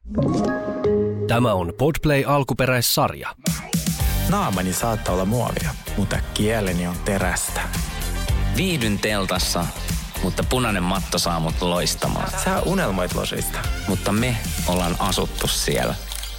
Tämä on Podplay alkuperäissarja. Naamani saattaa olla muovia, mutta kieleni on terästä. Viihdyn teltassa, mutta punainen matto saa mut loistamaan. Sä unelmoit losista. Mutta me ollaan asuttu siellä.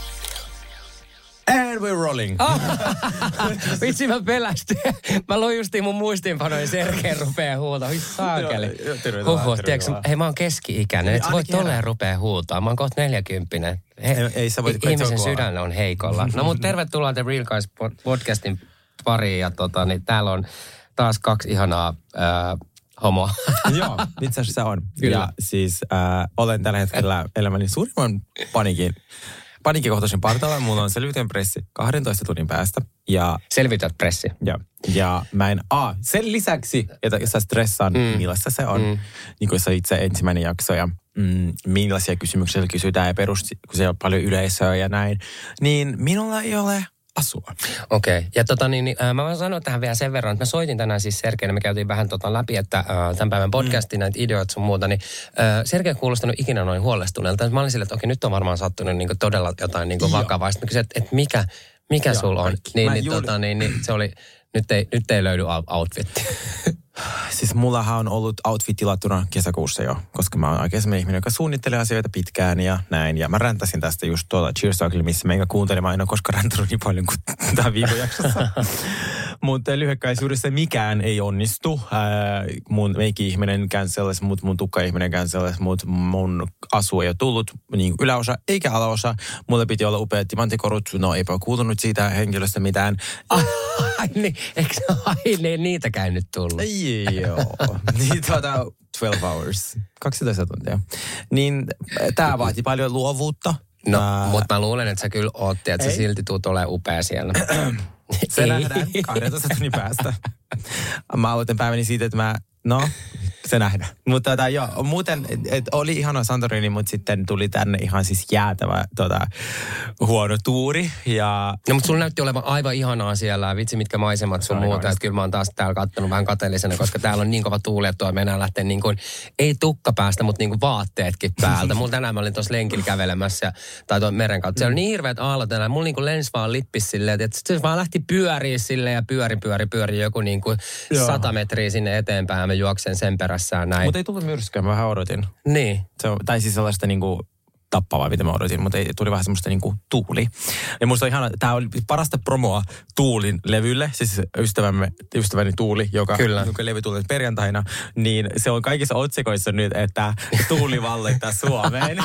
And we're rolling. Vitsi, mä pelästyin. Mä luin justiin mun muistiinpanoja, Sergei rupeaa huutaa. Vitsi saakeli. Hei, mä oon keski-ikäinen. Et sä voit tolleen rupea huutaa. Mä oon kohta 40. Ei sä voit. Ihmisen sydän on heikolla. No mut tervetuloa The Real Guys podcastin pariin. Ja niin täällä on taas kaksi ihanaa homoa. Joo, itse asiassa on. Kyllä. Ja siis olen tällä hetkellä elämäni suurimman paniikkikohtaisen partalla. Mulla on selviytyn pressi 12 tunnin päästä. Ja Selvityt pressi. Ja mä en sen lisäksi, että jos sä stressaan, millaista se on, niin kuin se itse ensimmäinen jakso ja millaisia kysymyksiä kysytään ja kun siellä on paljon yleisöä ja näin, niin minulla ei ole asua. Okei. Ja mä voin sanoa tähän vielä sen verran, että mä soitin tänään siis Sergeille, me käytiin vähän läpi, että tämän päivän podcastin näitä ideoita sun muuta, niin Sergei ei kuulostanut ikinä noin huolestuneelta. Mä olin silleen, että okei, nyt on varmaan sattunut niin todella jotain niin vakavaa. Sitten mä kysyin, että mikä sulla on? Niin se oli, nyt ei löydy outfitti. Siis mullahan on ollut outfit tilattuna kesäkuussa jo, koska mä oon aikaisemmin ihminen, joka suunnittelee asioita pitkään ja näin. Ja mä räntäsin tästä just tuolla Cheers Talkilla, missä meikä kuuntelin. Mä en ole koskaan räntänyt niin paljon kuin tämän viikon jaksossa. Mutta lyhykäisyydessä mikään ei onnistu. Mun meikki-ihminen cancelas, mun tukka-ihminen cancelas, mun asu ei ole tullut niin yläosa eikä alaosa. Mulle piti olla upeat timanttikorut. No eipä kuulunut siitä henkilöstä mitään. Eikö niitäkään nyt tullut? Joo. Niin 12 hours. 12 tuntia. Niin tää vaati paljon luovuutta. No, mutta mä luulen, että sä kyllä ootti, että sä silti tuut olemaan upea siellä. Se nähdään 12 tunnin päästä. Mä aloitan päiväni siitä, että se nähdään. Mutta muuten oli ihana Santorini, mutta sitten tuli tänne ihan siis jäätävä huono tuuri. No mutta sulla näytti olevan aivan ihanaa siellä. Vitsi mitkä maisemat sun muuta. Että kyllä mä oon taas täällä kattonut vähän kateellisena, koska täällä on niin kova tuuli, että mennään lähteä niin kuin, ei tukka päästä, mutta niin kuin vaatteetkin päältä. Mulla tänään mä olin tuossa lenkillä kävelemässä tai tuon meren kautta. Siellä oli niin hirveät aallot tänään. Mulla niin kuin lensi vaan lippis silleen, että se vaan lähti pyöriä silleen ja pyöri joku niin kuin 100 metriä sinne eteenpäin ja mä juoksen sen perässä. Mutta ei tullut myrskyä, mä vähän odotin. Niin. Tai siis sellaista niinku tappavaa, mitä mä odotin, mutta tuli vähän semmoista niinku tuuli. Ja musta on ihana, tää oli parasta promoa Tuulin levylle, siis ystäväni Tuuli, joka levy tuli perjantaina, niin se on kaikissa otsikoissa nyt, että Tuuli valloittaa Suomeen.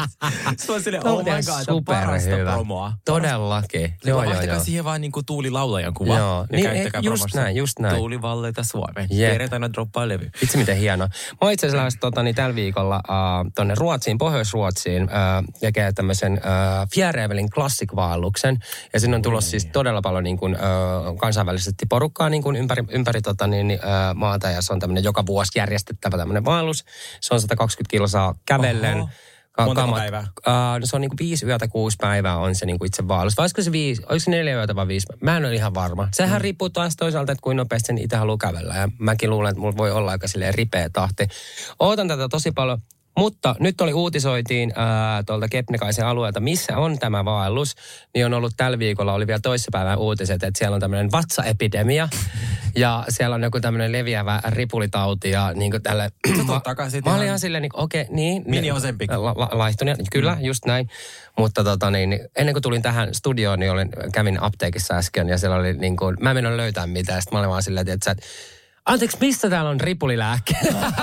Se on silleen, oh my god, parasta promoa. Todellakin. Vaihtakaa siihen vaan niinku Tuuli laulajan kuva. Joo, niin, just näin. Tuuli valloittaa Suomeen. Perjantaina droppaa levy. Itse miten hienoa. Mä oon itse asiassa tällä viikolla tonne Ruotsiin, Pohjois-Ruotsiin, tekee tämmöisen Fjärevelin klassikvaelluksen. Ja sinne on tulossa siis todella paljon niin kuin, kansainvälisesti porukkaa niin kuin ympäri maata. Ja se on tämmöinen joka vuosi järjestettävä tämmöinen vaellus. Se on 120 kilsaa kävellen. Montako päivää? Se on niin kuin 5 yötä 6 päivää on se niin kuin itse vaellus. Vai olisiko se 4 yötä vai 5? Mä en ole ihan varma. Sehän riippuu taas toisaalta, että kuinka nopeasti sen itse haluaa kävellä. Ja mäkin luulen, että mulla voi olla aika silleen ripeä tahti. Ootan tätä tosi paljon. Mutta nyt uutisoitiin tuolta Kebnekaisen alueelta, missä on tämä vaellus. Niin on ollut tällä viikolla, oli vielä toissapäivän uutiset, että siellä on tämmöinen vatsaepidemia. Ja siellä on joku tämmöinen leviävä ripulitauti ja niin kuin tälle. Mä olin ihan silleen, okei, niin. Mini Ozempic. Laihtunut, kyllä, just näin. Mutta ennen kuin tulin tähän studioon, niin kävin apteekissa äsken ja siellä oli niin kuin, mä en mennä löytää mitään. Sitten mä olin vaan silleen, että anteeksi, missä täällä on ripulilääkkeet?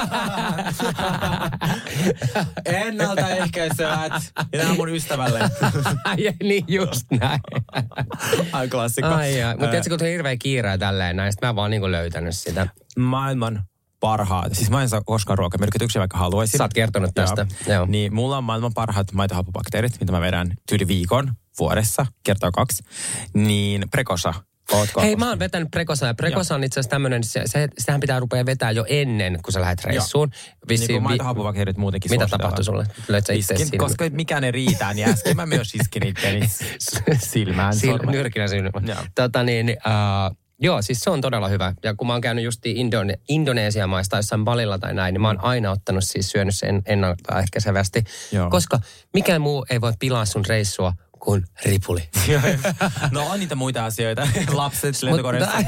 Ennaltaehkäisevät. Ja nämä on mun ystävälle. Niin just näin. Ai klassikko. Mutta tiedätkö, kun on hirveä kiire tälleen näin, mä en vaan niinku löytänyt sitä. Maailman parhaat. Siis mä en saa koskaan ruokamyrkytyksiä, vaikka haluaisin. Sä oot kertonut tästä. Joo. Niin mulla on maailman parhaat maitohappobakteerit, mitä mä vedän tyyli viikon vuodessa, kertaa 2. Niin Precosa. Hei, mä oon vetänyt Precosaa. Precosa on itse asiassa tämmönen, sehän pitää rupea vetää jo ennen, kun sä lähdet reissuun. Niin kuin maitohappobakteerit muutenkin mitä tapahtui sulle? Löit sä itse silmään? Koska mikään ei riitä, niin äsken mä myös iskin itteni silmään. Nyrkinä silmään. Joo, siis se on todella hyvä. Ja kun mä oon käynyt justiin Indonesian maista jossain Balilla tai näin, niin mä oon aina ottanut siis syönyt sen ennaltaehkäisevästi. Koska mikään muu ei voi pilaa sun reissua kuin ripuli. No on niitä muita asioita. Lapset lentokoneessa.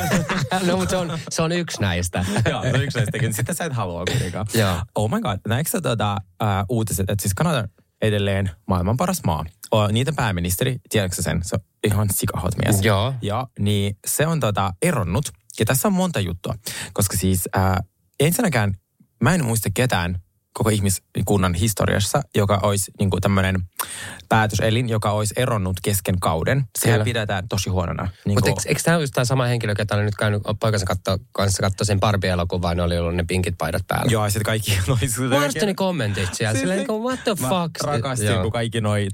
No mutta se on yksi näistä. Joo, se on yksi näistäkin. Sitä sä et halua kuitenkaan. Oh my god. Näetkö sä uutiset, että siis Kanada edelleen maailman paras maa. Niiden pääministeri, tiedätkö sen? Se on ihan sikahot mies. Joo. Ja niin se on eronnut. Ja tässä on monta juttua. Koska siis ensinnäkään mä en muista ketään koko ihmiskunnan historiassa, joka olisi niin kuin tämmöinen päätöselin, joka olisi eronnut kesken kauden. Sehän pidetään tosi huonona. Niin mutta eikö tämä ole just tämä sama henkilö, joka oli nyt käynyt poikansa kanssa katsoa sen Barbie-elokuvaa, ne oli ollut ne pinkit paidat päällä? Joo, ja sitten kaikki noi... Mä arvostin ne kommentit siellä. Silleen niin kuin, what the fuck? Mä rakastin, kun kaikki noi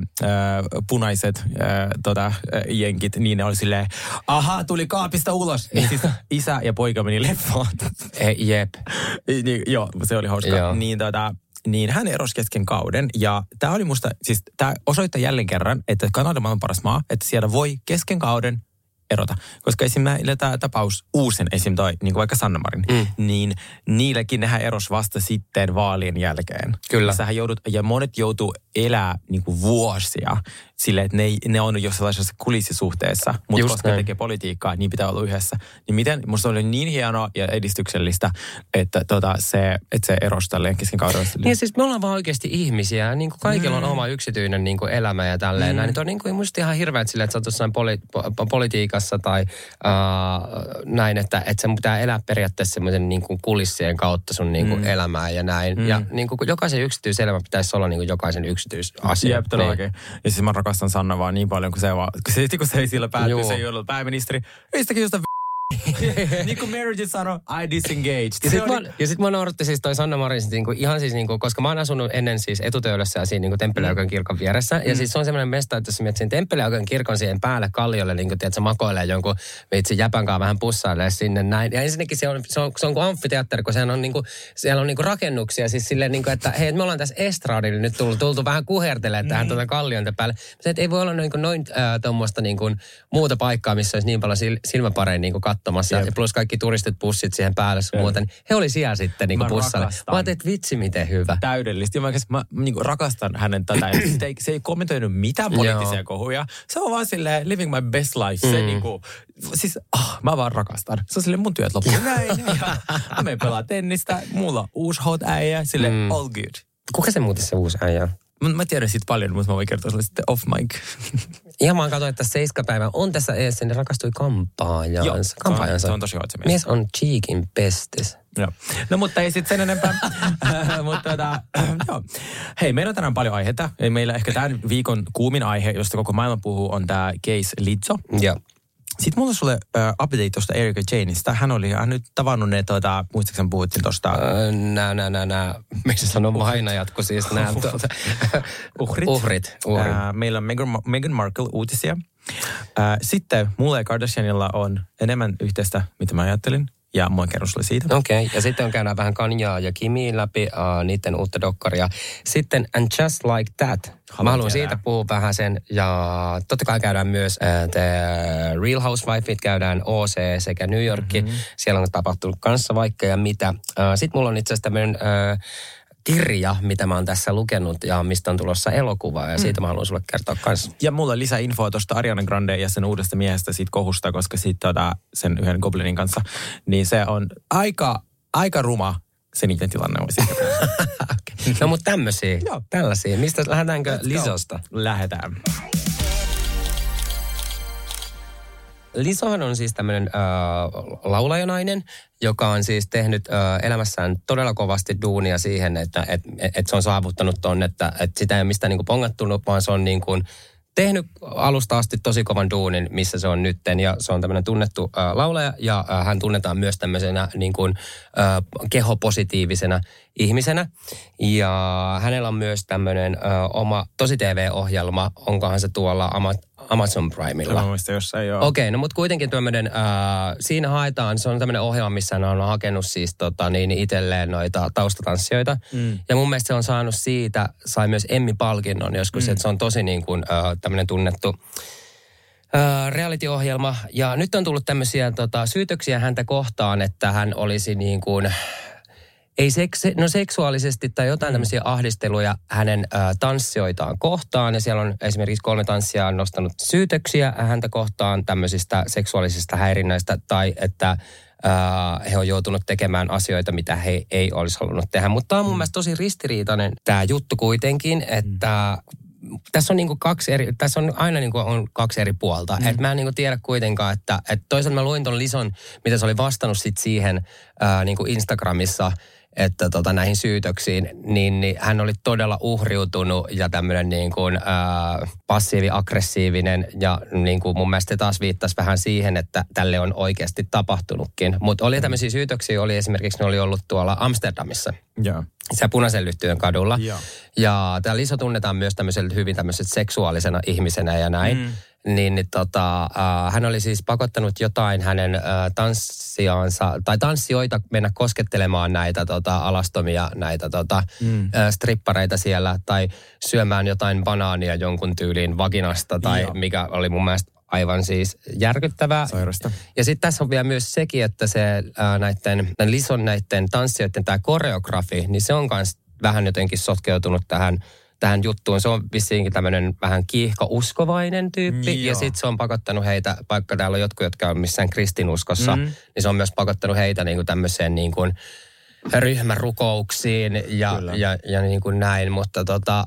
punaiset jenkit, niin ne oli silleen, aha, tuli kaapista ulos. Niin siis isä ja poika meni leffaan. Jep. Joo, se oli hauska. Niin hän erosi kesken kauden, ja tämä oli musta, siis tämä osoittaa jälleen kerran, että Kanada on maailman paras maa, että siellä voi kesken kauden erota. Koska esimerkiksi tämä tapaus uusin esim. Toi, niin kuin vaikka Sanna Marin, niin niillekin nehän erosi vasta sitten vaalien jälkeen. Kyllä. Ja monet joutuu elää niin kuin vuosia silleen, että ne on jo sellaisessa kulissisuhteessa, mutta koska ne tekee politiikkaa, niin pitää olla yhdessä. Niin miten, musta oli niin hienoa ja edistyksellistä, että se erosi tälleen kesken kauden. Niin siis me ollaan vaan oikeasti ihmisiä, niin kuin kaikilla on oma yksityinen niin kuin elämä ja tälleen. Niin on niin kuin musta ihan hirveät silleen, että sä oot jossain politiikassa tai näin, että se pitää elää periaatteessa semmoisen niin kuin kulissien kautta sun niin kuin elämää ja näin. Ja niin kuin jokaisen yksityiselämä pitäisi olla niin kuin jokaisen yksityisasia. Jep, todellakin. Ja siis mä rakastan Sanna vaan niin paljon, kun se ei sillä pääty, se ei ollut pääministeri. Ystäkin just niin kuin Meredith sanoi, I disengaged. Ja sit mä nauratti siis toi Sanna Marin niinku, ihan siis niinku, koska mä oon asunut ennen siis Etutöölössä ja siinä niinku Temppeliaukeon kirkon vieressä. Ja siis se on semmoinen mesta, että jos sä mietit siinä Temppeliaukeon kirkon siihen päälle kalliolle, niinku tiedät, sä makoilee jonkun vitsi jäpänkaan vähän pussailee sinne näin. Ja ensinnäkin se on kuin amfiteatteri, kun siellä on niinku rakennuksia siis silleen niinku, että hei, me ollaan tässä estraadilla nyt tultu vähän kuhertelemaan tähän kallionta päälle. Se, että ei voi olla noin tuommoista niinku muuta paikkaa, missä olisi niin paljon silmäpareja niinku katsomassa. Ja plus kaikki turistit bussit siihen päälle muuten. He oli siellä sitten niinku bussalla. Mä ajattelin, että vitsi miten hyvä. Täydellistä. Mä niinku rakastan hänen tätä. Se ei kommentoinut mitään poliittisia kohuja. Se on vaan silleen living my best life. Se niinku, siis mä vaan rakastan. Se on silleen mun työt loppuun näin. Ja mä menen pelaa tennistä. Mulla on uusi hot äijä. Silleen all good. Kuka se muuten se uusi äijä? Mä tiedän siitä paljon, mutta mä voin kertoa sulle sitten off mic. Ihan mä katsoin, että 7 on tässä eessä, niin rakastui kampaajansa. Se on tosi hot se mies. Mies on cheekin pestis. Joo. No mutta ei sitten sen enempää. Mutta joo. Hei, meillä on tänään paljon aiheita. Meillä ehkä tämän viikon kuumin aihe, josta koko maailma puhuu, on tämä Case Lizzo. Joo. Sitten mulla on sulle update tuosta Erika Janeista. Hän nyt tavannut ne, muistaakseni puhuttiin tuosta... Miksi sanon vainajat, kun siis nämä uhrit. Meillä on Meghan Markle uutisia. Sitten mulla ja Kardashianilla on enemmän yhteistä, mitä mä ajattelin. Ja mä kerron sulle siitä. Okei. Ja sitten on käydään vähän Kanyaa ja Kimiä läpi, niiden uutta dokkaria. Sitten And Just Like That. Mä haluan siitä puhua vähän sen. Ja totta kai käydään myös The Real Housewifeit, käydään OC sekä New Yorkki. Siellä on tapahtunut kanssa vaikka ja mitä. Sitten mulla on itse asiassa tämmöinen... kirja, mitä mä oon tässä lukenut ja mistä on tulossa elokuva ja siitä mä haluan sulle kertoa kanssa. Ja mulla on lisää infoa tuosta Ariana Grande ja sen uudesta miehestä siitä kohusta, koska sitten sen yhden goblinin kanssa, niin se on aika ruma se niiden tilanne on siitä. Okay. No mutta tällaisia. Mistä lähdetäänkö Lizzosta? Lähdetään. Lizzohan on siis tämmöinen laulajanainen, joka on siis tehnyt elämässään todella kovasti duunia siihen, että se on saavuttanut ton, että sitä ei ole mistään niinku pongattunut, vaan se on niinku tehnyt alusta asti tosi kovan duunin, missä se on nytten. Ja se on tämmöinen tunnettu laulaja ja hän tunnetaan myös tämmöisenä niin kuin, kehopositiivisena ihmisenä. Ja hänellä on myös tämmöinen oma tosi-TV-ohjelma, onkohan se tuolla Amazon Primella. Mä muistan jossain, joo. Okei, no mutta kuitenkin tämmöinen, siinä haetaan, se on tämmöinen ohjelma, missä hän on hakenut siis itselleen noita taustatanssijoita. Ja mun mielestä se on saanut siitä, sai myös Emmy-palkinnon joskus, että se on tosi niin kuin tämmöinen tunnettu reality-ohjelma. Ja nyt on tullut tämmöisiä syytöksiä häntä kohtaan, että hän olisi niin kuin, ei seksuaalisesti tai jotain tämmöisiä ahdisteluja hänen tanssijoitaan kohtaan. Ja siellä on esimerkiksi 3 tanssijaa nostanut syytöksiä häntä kohtaan tämmöisistä seksuaalisista häirinnöistä tai että he on joutunut tekemään asioita, mitä he ei olisi halunnut tehdä. Mutta tämä on mun mielestä tosi ristiriitainen tämä juttu kuitenkin, että tässä on niinku tässä on aina niinku on 2 eri puolta. Et mä en niinku tiedä kuitenkaan, että toisaalta mä luin ton Lizon, mitä se oli vastannut sit siihen niinku Instagramissa, että näihin syytöksiin, niin hän oli todella uhriutunut ja tämmöinen niin kuin passiivi-aggressiivinen ja niin kuin mun mielestä taas viittasi vähän siihen, että tälle on oikeasti tapahtunutkin. Mutta oli tämmöisiä syytöksiä, oli esimerkiksi ne oli ollut tuolla Amsterdamissa. Joo. Se Punaisen Lyhtyön kadulla. Ja tämä Liso tunnetaan myös hyvin tämmöiset seksuaalisena ihmisenä ja näin. Hän oli siis pakottanut jotain hänen tanssijaansa, tai tanssijoita mennä koskettelemaan näitä alastomia, näitä strippareita siellä, tai syömään jotain banaania jonkun tyyliin vaginasta, tai mikä oli mun mielestä aivan siis järkyttävää. Sairasta. Ja sitten tässä on vielä myös sekin, että se Lizon näiden tanssijoiden tämä koreografi, niin se on myös vähän jotenkin sotkeutunut tähän juttuun. Se on vissiinkin tämmöinen vähän kiihko-uskovainen tyyppi. Ja sitten se on pakottanut heitä, vaikka täällä on jotkut, jotka on missään kristinuskossa, niin se on myös pakottanut heitä niin kuin tämmöiseen niin kuin ryhmärukouksiin ja niin kuin näin. Mutta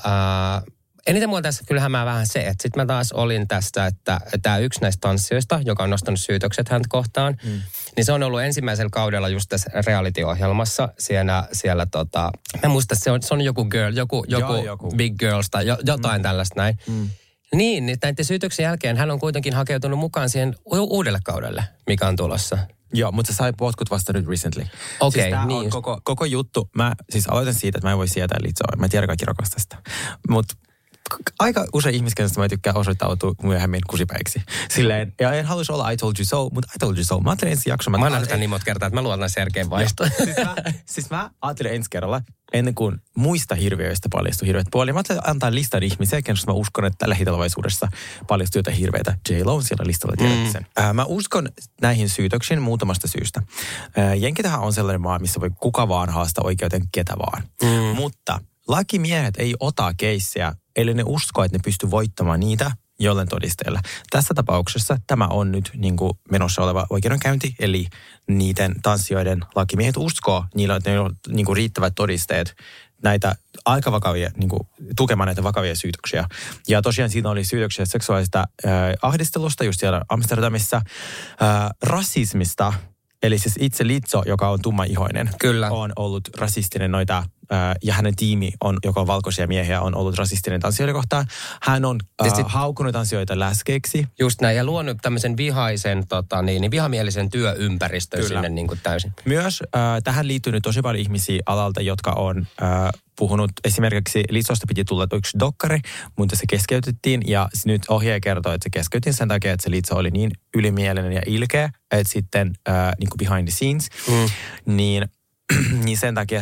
eniten mulla tässä kyllä hämää vähän se, että sitten mä taas olin tästä, että tämä yksi näistä tanssijoista, joka on nostanut syytökset häntä kohtaan, niin se on ollut ensimmäisellä kaudella just tässä reality-ohjelmassa siellä mä muistan, se on joku girl, joku big girls tai jotain tällaista näin. Niin näiden syytöksen jälkeen hän on kuitenkin hakeutunut mukaan siihen uudelle kaudelle, mikä on tulossa. Joo, mutta se sai potkut vasta nyt recently. Okei, siis niin. Koko juttu, mä siis aloitan siitä, että mä en voi sietää Lizoa. Mä tiedän kaikki rakastaa sitä. Mutta aika usein ihmiskentästä mä tykkään osoittautua myöhemmin kusipäiksi. Silleen, ja en haluaisi olla I told you so, mutta I told you so. Mä ajattelin ensi jakso. Mä annan sitä niin monta kertaa, että mä luotan Sergeen vaistoon. Siis mä ajattelin ensi kerralla, ennen kuin muista hirviöistä paljastui hirveät puolia. Mä ajattelin antaa listan ihmisiä, kenellä mä uskon, että lähitelevaisuudessa paljastuu jotain hirveitä. J-Lo on siellä listalla, tiedätte sen. Mä uskon näihin syytöksiin muutamasta syystä. Jenkitähän on sellainen maa, missä voi kuka vaan haastaa oikeuteen ketä vaan. Mutta lakimiehet ei ota keissiä, eli ne uskoo, että ne pystyy voittamaan niitä jollain todisteella. Tässä tapauksessa tämä on nyt niin kuin menossa oleva oikeudenkäynti, eli niiden tanssijoiden lakimiehet uskoo, niillä on niin kuin riittävät todisteet näitä aika vakavia, niin kuin, tukemaan näitä vakavia syytöksiä. Ja tosiaan siinä oli syytöksiä seksuaalista ahdistelusta just siellä Amsterdamissa, rasismista. Eli siis itse Lizo, joka on tummaihoinen, on ollut rasistinen ja hänen tiimi, joka on valkoisia miehiä, on ollut rasistinen tanssijoiden kohtaan. Hän on haukunut tanssijoita läskeiksi. Just näin, ja luonut tämmöisen vihamielisen työympäristön sinne niin kuin täysin. Myös tähän liittyy nyt tosi paljon ihmisiä alalta, jotka on puhunut, esimerkiksi Lizosta piti tulla yksi dokkari, mutta se keskeytettiin, ja nyt ohjaaja kertoo, että se keskeytettiin sen takia, että se Lizo oli niin ylimielinen ja ilkeä, että sitten niin kuin behind the scenes, niin sen takia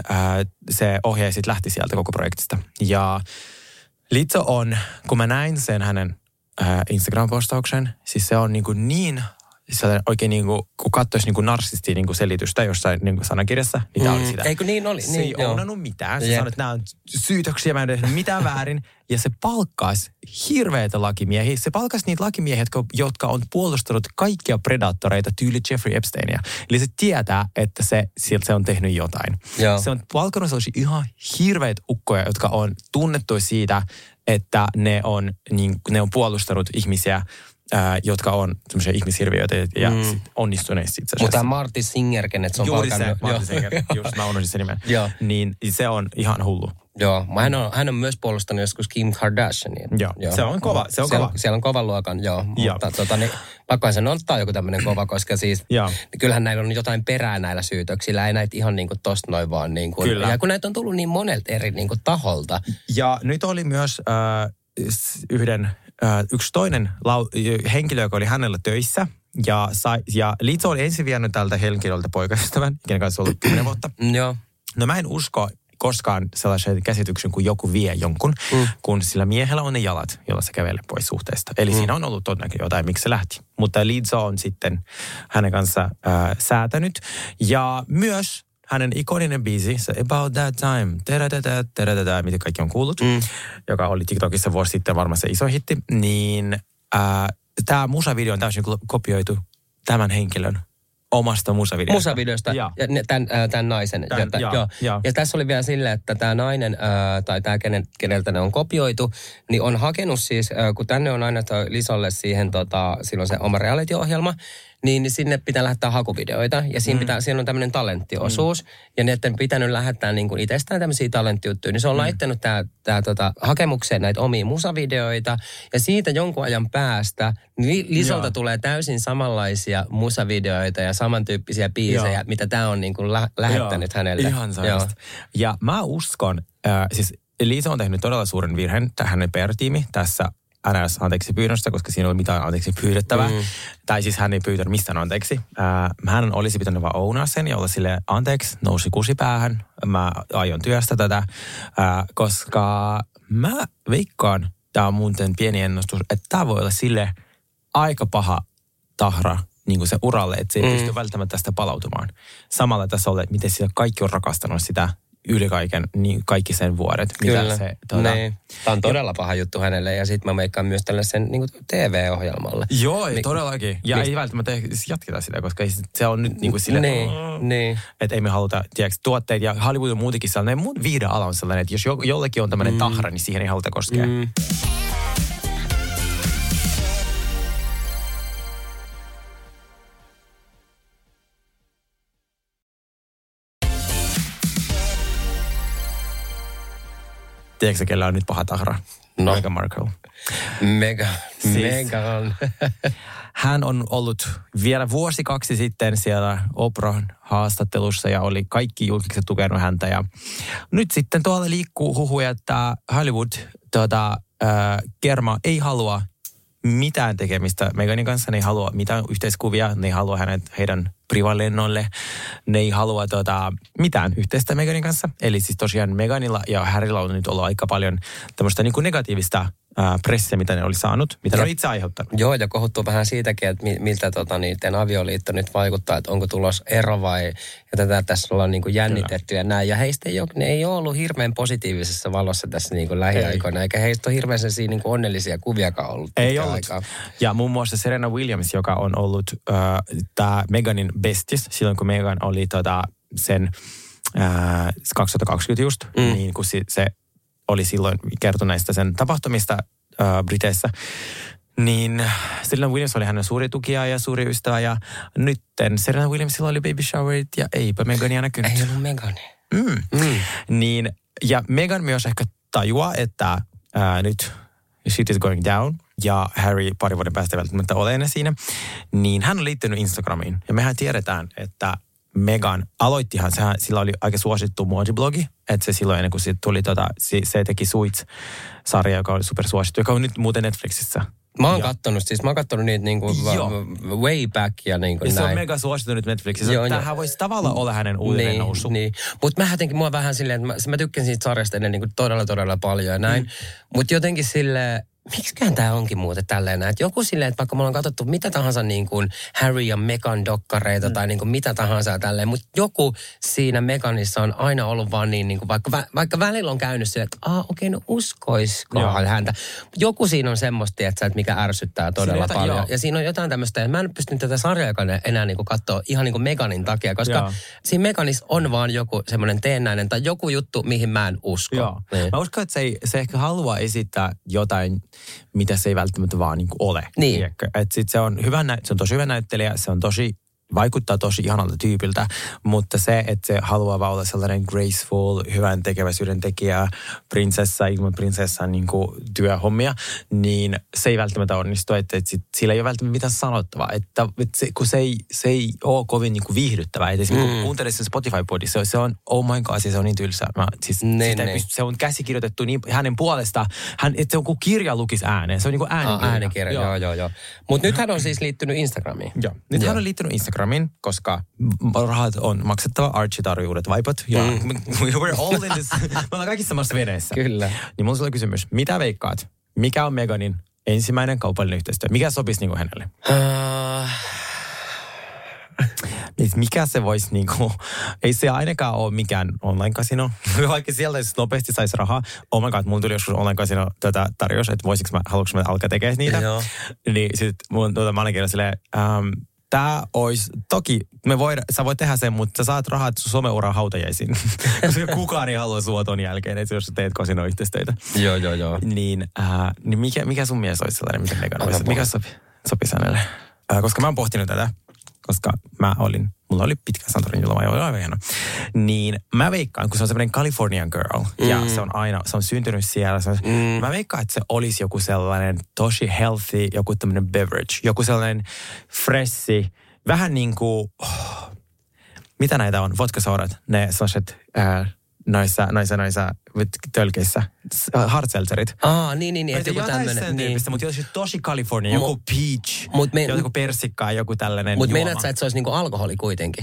se ohjaaja sitten lähti sieltä koko projektista. Ja Lizo on, kun mä näin sen hänen Instagram-postauksen, siis se on niin oikein kun katsoisi narsistia selitystä jossain sanakirjassa, niin tämä oli sitä. Eikö niin oli? Se ei ounannut mitään. Se sanoi, että nämä on syytöksiä, mä en tehnyt mitään väärin. Ja se palkkasi hirveitä lakimiehiä. Se palkkasi niitä lakimiehiä, jotka on puolustanut kaikkia predaattoreita tyyli Jeffrey Epsteinia. Eli se tietää, että se on tehnyt jotain. Joo. Se on palkannut sellaisia ihan hirveitä ukkoja, jotka on tunnettu siitä, että ne on puolustanut ihmisiä, jotka on semmoisia ihmishirviöitä ja onnistuneet itse asiassa. Mutta Marty Singer, kenet se on palkannut. Juuri se, Marty Singer, just mä unohdin sen nimen. Niin se on ihan hullu. Joo, hän on myös puolustanut joskus Kim Kardashiania. Joo. Se on kova. Siellä on kovan luokan, mutta pakkohan sen ottaa joku tämmöinen kova, koska siis kyllähän näillä on jotain perää näillä syytöksillä. Ei näitä ihan niin kuin tosta noin vaan niin kuin. Kyllä. Ja kun näitä on tullut niin monelta eri niin kuin taholta. Ja nyt oli myös yksi toinen henkilö, joka oli hänellä töissä. Ja Lizo oli ensin vienyt tältä henkilöltä poikaystävän, kenen kanssa ollut 10 vuotta. Joo. No mä en usko koskaan sellaisen käsityksen, kun joku vie jonkun, kun sillä miehellä on ne jalat, jolla se kävelee pois suhteesta. Eli siinä on ollut todennäköisesti jotain, miksi se lähti. Mutta Lizzo on sitten hänen kanssa säätänyt. Ja myös hänen ikoninen biisi, se About That Time, mitä kaikki on kuullut, joka oli TikTokissa vuosi sitten varmaan se iso hitti, niin tämä musavideo on täysin kopioitu tämän henkilön omasta musavideosta. Musavideosta, tämän naisen. Ja tässä oli vielä silleen, että tämä nainen, tai tämä keneltä ne on kopioitu, niin on hakenut siis, kun tänne on aina Lisolle siihen, silloin se oma reality-ohjelma, niin sinne pitää lähettää hakuvideoita. Ja siinä on tämmöinen talenttiosuus. Ja ne pitänyt lähettää niin kuin itsestään tämmöisiä talenttijuttuja. Niin se on laittanut hakemukseen näitä omia musavideoita. Ja siitä jonkun ajan päästä Lisolta tulee täysin samanlaisia musavideoita ja samantyyppisiä biisejä, mitä tämä on niin kuin lähettänyt hänelle. Ihan sairasta. Ja mä uskon, siis Lizzo on tehnyt todella suuren virheen, hänen PR-tiimi tässä anteeksi pyynnöstä, koska siinä ei ole mitään anteeksi pyydettävää. Tai siis hän ei pyytänyt mistään anteeksi. Hän olisi pitänyt vaan ounaa sen ja olla silleen, anteeksi, nousi kusi päähän. Mä aion työstä tätä, koska mä veikkaan, tää on muuten pieni ennustus, että tää voi olla sille aika paha tahra niin kuin se uralle, että se ei pysty välttämättä tästä palautumaan. Samalla tasolla, että miten sitä kaikki on rakastanut sitä yli kaiken, niin kaikki sen vuodet. Kyllä, niin. Tämä on todella paha juttu hänelle ja sitten mä meikkaan myös tällaisen niin kuin TV-ohjelmalle. Joo, todellakin. Ja ei välttämättä jatketa sitä, koska se on nyt niin kuin silleen, että ei me haluta, tiedätkö, tuotteet ja Hollywood on muutenkin sellainen, muun viihdeala on sellainen, että jos jollekin on tämmöinen tahra, niin siihen ei haluta koskea. Tiedätkö, kellä on nyt paha tahra? No. Meghan Markle. Meghan. Hän on ollut vielä vuosi 2 sitten siellä Oprahn haastattelussa ja oli kaikki julkiset tukenut häntä. Ja nyt sitten tuolla liikkuu huhuja, että Hollywood kerma ei halua mitään tekemistä Meghanin kanssa. Ne ei halua mitään yhteiskuvia, ne ei halua heidän privalennolle. Ne ei halua mitään yhteistä Meghanin kanssa. Eli siis tosiaan Meghanilla ja Harrylla on nyt ollut aika paljon tämmöistä niin kuin negatiivista pressiä, mitä ne oli saanut, mitä ne on itse aiheuttanut. Joo, ja kohuttuu vähän siitäkin, että miltä niiden avioliitto nyt vaikuttaa, että onko tulos ero vai, ja tätä tässä ollaan niin kuin jännitetty ja näin. Ja heistä ne ei ole ollut hirveän positiivisessa valossa tässä niin kuin lähiaikoina, eikä heistä ole hirveän niin kuin onnellisia kuviakaan ollut. Ei ollut. Aikaa. Ja muun muassa Serena Williams, joka on ollut tämä Meghanin bestis, silloin kun Meghan oli sen 2020 just, niin kun se oli silloin kertonut näistä sen tapahtumista Briteissä, niin Serena Williams oli hänen suuri tukija ja suuri ystävä, ja nytten Serena Williamsilla oli baby showerit, ja eipä Meghania näkynyt. Ei ollut Meghania. Niin, ja Meghan myös ehkä tajuaa, että nyt shit is going down, ja Harry pari vuoden päästä välttämättä ole enää siinä, niin hän on liittynyt Instagramiin, ja mehän tiedetään, että Meghan aloittihan, sillä oli aika suosittu muotiblogi, että se silloin ennen kuin se tuli se teki Suits-sarja, joka oli supersuosittu, joka on nyt muuten Netflixissä. Mä oon kattonut niitä niinku way back ja niinku ja näin. Se on mega suosittu nyt Netflixissä. Tämähän voisi tavallaan olla hänen uudelleen nousu. Niin. Mutta mä jotenkin, mua vähän silleen, että mä tykkäsin siitä sarjasta ennen niinku todella paljon ja näin. Mutta jotenkin silleen, miksiköhän tämä onkin muuten tälleen, että joku silleen, että vaikka me ollaan katsottu mitä tahansa niin kuin Harry ja Meghan dokkareita tai niin kuin mitä tahansa tälleen, mutta joku siinä Meghanissa on aina ollut vaan niin kuin vaikka välillä on käynyt silleen, että okei, no uskoiskohan häntä. Joku siinä on semmoista, että mikä ärsyttää todella paljon. Joo. Ja siinä on jotain tämmöistä, että mä en pystynyt tätä sarjaa enää niin kuin katsoa ihan niin kuin Meghanin takia, koska siinä Meghanissa on vaan joku semmoinen teennäinen tai joku juttu, mihin mä en usko. Joo. Niin. Mä uskon, että se ehkä haluaa esittää jotain, mitä se ei välttämättä vaan niin kuin ole. Niin. Että sit se on tosi hyvä näyttelijä, se on vaikuttaa tosi ihanalta tyypiltä, mutta se, että se haluaa vaan olla sellainen graceful, hyvän tekeväisyyden tekijä, prinsessa ilman prinsessan niin kuin työhommia, niin se ei välttämättä onnistu, että sillä ei ole välttämättä mitään sanottavaa, kun se ei ole kovin niin kuin viihdyttävää. Että kun kuuntelee sen Spotify-podissa, se on, oh my god, se on niin tylsää. Se on käsikirjoitettu niin hänen puolestaan, että se on kuin kirja lukisi ääneen. Se on niin kuin äänikirja. Äänikirja, joo. Mutta nyt hän on siis liittynyt Instagramiin. Joo, nyt hän on liittynyt Instagramiin. Instagramin, koska rahat on maksettava. Archie tarvii uudet vaipat. Ja we're all in this. Me ollaan kaikki samassa veneessä. Kyllä. Niin mulla on kysymys. Mitä veikkaat? Mikä on Meganin ensimmäinen kaupallinen yhteistyö? Mikä sopisi niinku hänelle? Mikä se voisi niinku, ei se ainakaan ole mikään online-kasino. Vaikka sieltä nopeasti saisi rahaa. Oh my god, mulla tuli joskus online-kasino tarjous, että haluanko mä alkaa tekemään niitä. Joo. Niin sit mun manageri silleen, tää olisi, toki sä voit tehdä sen, mutta sä saat rahat sun someuran hautajaisiin. Koska kukaan ei halua sua ton jälkeen, että jos sä teet kasinoyhteistyötä. Joo. Niin mikä sun mielestä olisi sellainen, mitä Megan olisi? Mikä sopisi hänelle? Koska mä oon pohtinut tätä, koska mulla oli pitkä Santorin loma ja oli aivan hieno. Niin mä veikkaan, kun se on semmoinen Californian girl, ja se on syntynyt siellä. Mä veikkaan, että se olisi joku sellainen tosi healthy, joku tämmöinen beverage, joku sellainen freshi, vähän niin kuin, mitä näitä on, vodka-sodat, ne sellaiset noissa tölkeissä, hard seltzerit. Niin, että joku tämmöinen. Niin. Mutta jos tosi California, joku peach, joku persikkaa, joku tällainen Mutta meinaat sä, että se olisi niinku alkoholi kuitenkin?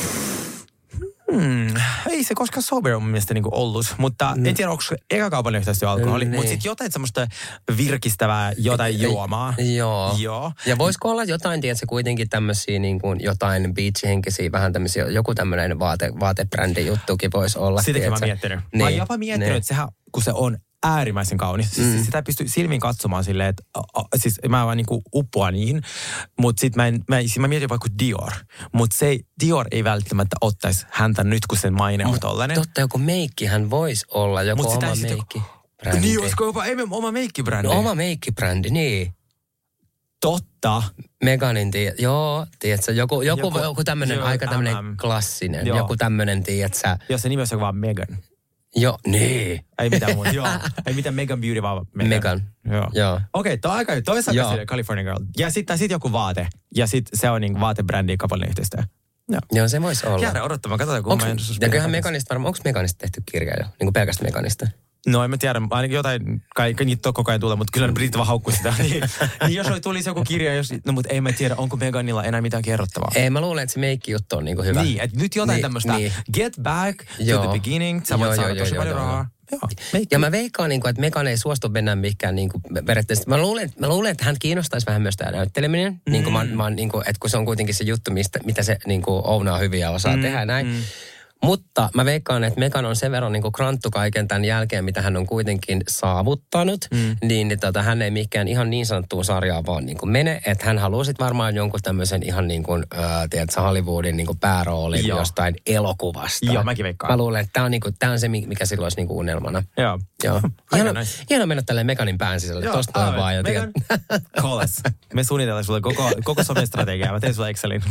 Ei se koskaan sober on mun mielestä niinku ollut, mutta en tiedä, onko eka kaupallinen yhteistyö alkoholi, mutta sitten jotain semmoista virkistävää, jotain juomaa. Joo. Ja voisiko olla jotain, tiedätkö, kuitenkin tämmöisiä niinku jotain beach-henkisiä, vähän tämmöisiä, joku tämmöinen vaatebrändi juttukin voisi olla. Sitäkin mä oon miettinyt. Mä oon jopa miettinyt, että sehän, kun se on äärimmäisen kaunis. Siis sitä pystyy silmiin katsomaan silleen, että siis mä vaan niinku uppoan niihin, mutta sit mä mietin vaikka Dior. Mutta Dior ei välttämättä ottaisi häntä nyt, kun sen maine on tollainen. Totta, joku meikkihän voisi olla, joku oma meikkibrändi. Niin, olisiko jopa oma meikkibrändi? No, oma meikkibrändi, niin. Totta. Meganin, tiedätkö, joku tämmöinen aika tämmöinen klassinen, joku tämmöinen, tiedätkö. Jos se nimi olisi vaan Megan. Joo, niin. Ei mitään muuta, joo. Ei mitään Megan Beauty, vaan Megan. Joo. Okei, toi on aika California Girl. Ja sitten joku vaate. Ja sitten se on niin vaatebrändi kaupallinen yhteistyö. Joo, se voisi olla. Jäädä odottamaan, katsotaan kun ja kyllähän Meganista varmaan, onko Meganista tehty kirja jo? Niin kuin pelkästään Meganista? No en mä tiedä, ainakin jotain, kaikki niitä koko ajan tulee, mutta kyllä ne britit vaan haukkuu sitä. niin jos tulisi joku kirja, mutta ei mä tiedä, onko Meganilla enää mitään kerrottavaa. Ei, mä luulen, että se meikki-juttu on niinku hyvä. Niin, että nyt jotain tämmöistä get back to the beginning, sä voit saada tosi paljon rahaa. Ja mä veikkaan, että Megan ei suostu mennä mikään periaatteessa. Mä luulen, että hän kiinnostaisi vähän myös tämä näytteleminen. Että kun se on kuitenkin se juttu, mitä se ounaa hyvin ja osaa tehdä näin. Mutta mä veikkaan, että Megan on sen verran kranttu kaiken tämän jälkeen, mitä hän on kuitenkin saavuttanut, niin hän ei mikään ihan niin sanottuun sarjaan vaan mene. Että hän haluaa sitten varmaan jonkun tämmöisen ihan tiedätkö, Hollywoodin pääroolin jostain elokuvasta. Joo, mäkin veikkaan. Mä luulen, että tämä on se, mikä silloin olisi unelmana. Joo. Hienoa mennä tälleen Meganin pään sisälle. Tosta on vaan. Megan, call us. Me suunnitellaan sulle koko somestrategiaa. Mä teen sulle Excelin.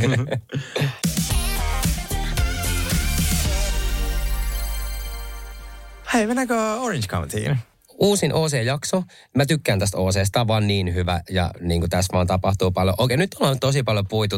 Hei, mennäänkö Orange Countyin? Uusin OC-jakso. Mä tykkään tästä OC:sta. Tämä on vaan niin hyvä ja tässä vaan tapahtuu paljon. Okei, nyt ollaan tosi paljon puitu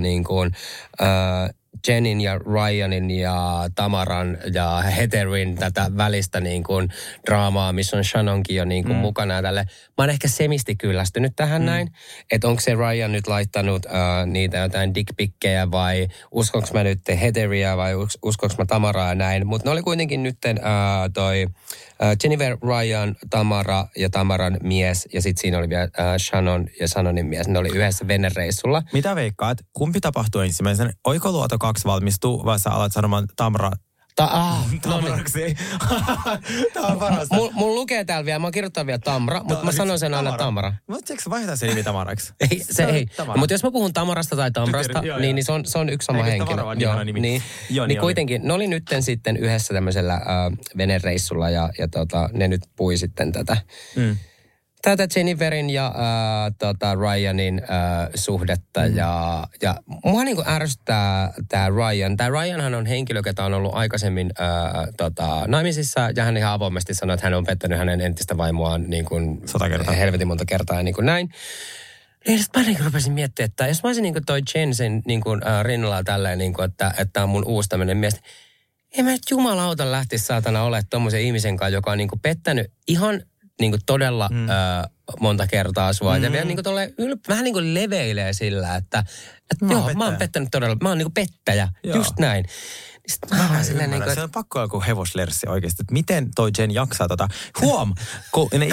Jenin ja Ryanin ja Tamaran ja Heatherin tätä välistä draamaa, missä on Shannonkin jo mukana ja tälle. Mä oon ehkä semisti kyllästynyt tähän näin. Että onko se Ryan nyt laittanut niitä jotain dickpikkejä vai uskonko mä nyt Heatheria vai uskonko mä Tamaraa ja näin. Mutta ne oli kuitenkin nyt toi Jennifer, Ryan, Tamara ja Tamaran mies ja sitten siinä oli vielä Shannon ja Shannonin mies. Ne oli yhdessä venereissulla. Mitä veikkaat? Kumpi tapahtuu ensimmäisenä? Oikoluoto 2 valmistuu vai sä alat sanomaan Tamara? Tamaraksi. Tämä on parasta. Mulla lukee täällä vielä, mä oon kirjoittanut vielä Tamra, mutta mä sanon sen aina Tamara. Mutta eikö vaihtaa se nimi Tamaraksi? Ei. Mutta jos mä puhun Tamarasta tai Tamrasta, niin se on yksi sama henkilö. Niin kuitenkin, ne oli nytten sitten yhdessä tämmöisellä venereissulla ja ne nyt pui sitten tätä. Tätä Jenniferin ja Ryanin suhdetta ja mua ärsyttää tämä Ryan. Tämä Ryanhan on henkilö, joka on ollut aikaisemmin naimisissa ja hän ihan avoimesti sanoi, että hän on pettänyt hänen entistä vaimoaan helvetin monta kertaa ja näin. Niin sitten mä rupesin miettimään, että jos mä olisin toi Jen sen rinnalla tälleen, että tämä on mun uusi tämmöinen mies. Ei mä nyt jumalauta lähtisi saatana olemaan tommosen ihmisen kanssa, joka on pettänyt ihan niinku todella monta kertaa sua. Ja vielä niinku vähän niinku leveilee sillä, että mä oon pettänyt todella, mä oon niinku pettäjä, just näin. Sitten mä silleen niin kuin, se on pakko joku hevoslerssi oikeasti, että miten toi Jen jaksaa kun ne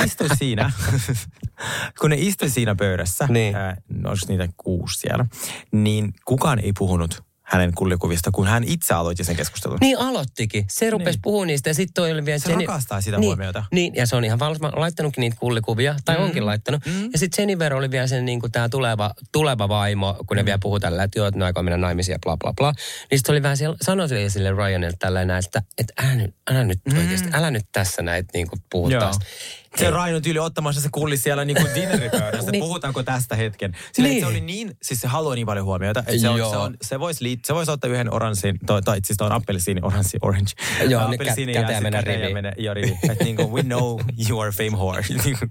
istui siinä pöydässä, niin. Olisi niitä 6 siellä, niin kukaan ei puhunut hänen kullikuvista, kun hän itse aloitti sen keskustelun. Niin aloittikin. Se rupesi puhumaan niistä ja sitten toi oli vielä... Se rakastaa sitä huomiota. Niin, ja se on ihan valmis laittanutkin niitä kullikuvia, tai onkin laittanut. Ja sitten Jennifer oli vielä sen niin kuin tämä tuleva vaimo, kun ne vielä puhuu tällä, että joo, että ne aikoo mennä naimisiin ja bla bla bla. Niin sitten oli vähän sanoi sille Ryanille tällainen, että älä nyt oikeasti, älä nyt tässä näitä niin kuin puhuttaa. Se Ryan tyyli ottamassa se kulli siellä niin kuin dinneripöydässä, niin. Puhutaanko tästä hetken. Sillä niin. Se oli niin, siis se haluaa niin paljon huomiota, että se voisi ottaa yhden oranssin, tai siis tuon orange. Joo, appelsiini ja mennä rivi. Että niin kuin, we know you are fame whore.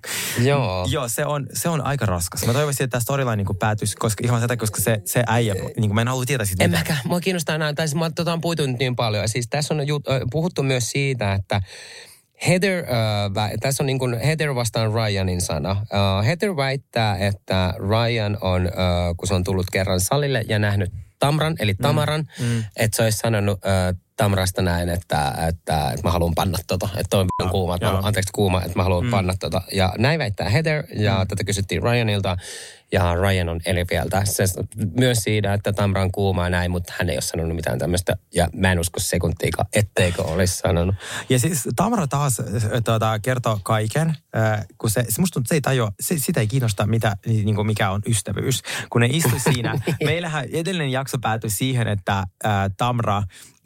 Joo, se on aika raskas. Mä toivoisin, että tämä storyline niin kuin päätyisi, koska se äijä, niin kuin mä en halua tietää siitä. En mäkään, mua kiinnostaa näin, tai siis mä on puhuttu nyt niin paljon. Siis tässä on puhuttu myös siitä, että Heather, tässä on niin kuin Heather vastaan Ryanin sana. Heather väittää, että Ryan on, kun se on tullut kerran salille ja nähnyt Tamran, eli Tamaran, että se olisi sanonut Tamrasta näin, että mä haluan panna että on kuuma, että mä haluan panna Ja näin väittää Heather, ja tätä kysyttiin Ryanilta, ja Ryan on eri mieltä. Se myös siitä, että Tamra on kuuma ja näin, mutta hän ei ole sanonut mitään tämmöistä, ja mä en usko sekuntiikaan, etteikö olisi sanonut. Ja siis Tamra taas kertoo kaiken, kun musta tuntuu, että se ei tajua, sitä ei kiinnosta, mikä on ystävyys. Kun ne istui siinä, meillähän edellinen jakso päätyi siihen, että Tamra,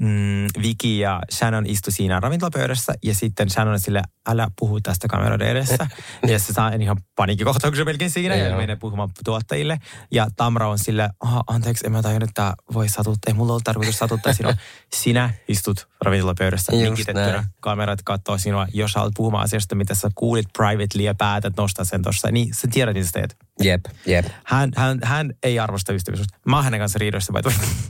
Vicky ja Shannon istui siinä ravintolapöydässä ja sitten Shannon sille, älä puhu tästä kameroiden edessä. Ja se saa ihan paniikkikohtauksia melkein siinä ja menee puhumaan tuottajille. Ja Tamra on sille, anteeksi, en mä tajunnut, että voi satuttaa. Ei mulla ollut tarkoitus satuttaa sinua. Sinä istut ravintolapöydässä mikitettynä. Kamerat katsoo sinua. Jos sä haluat puhumaan asiasta, mitä sä kuulit privately ja päätät nostaa sen tossa, niin sä tiedät, mitä sä teet. Jep. Hän ei arvosta ystävyyttä. Mä oon hänen kanssa riidoissa, vai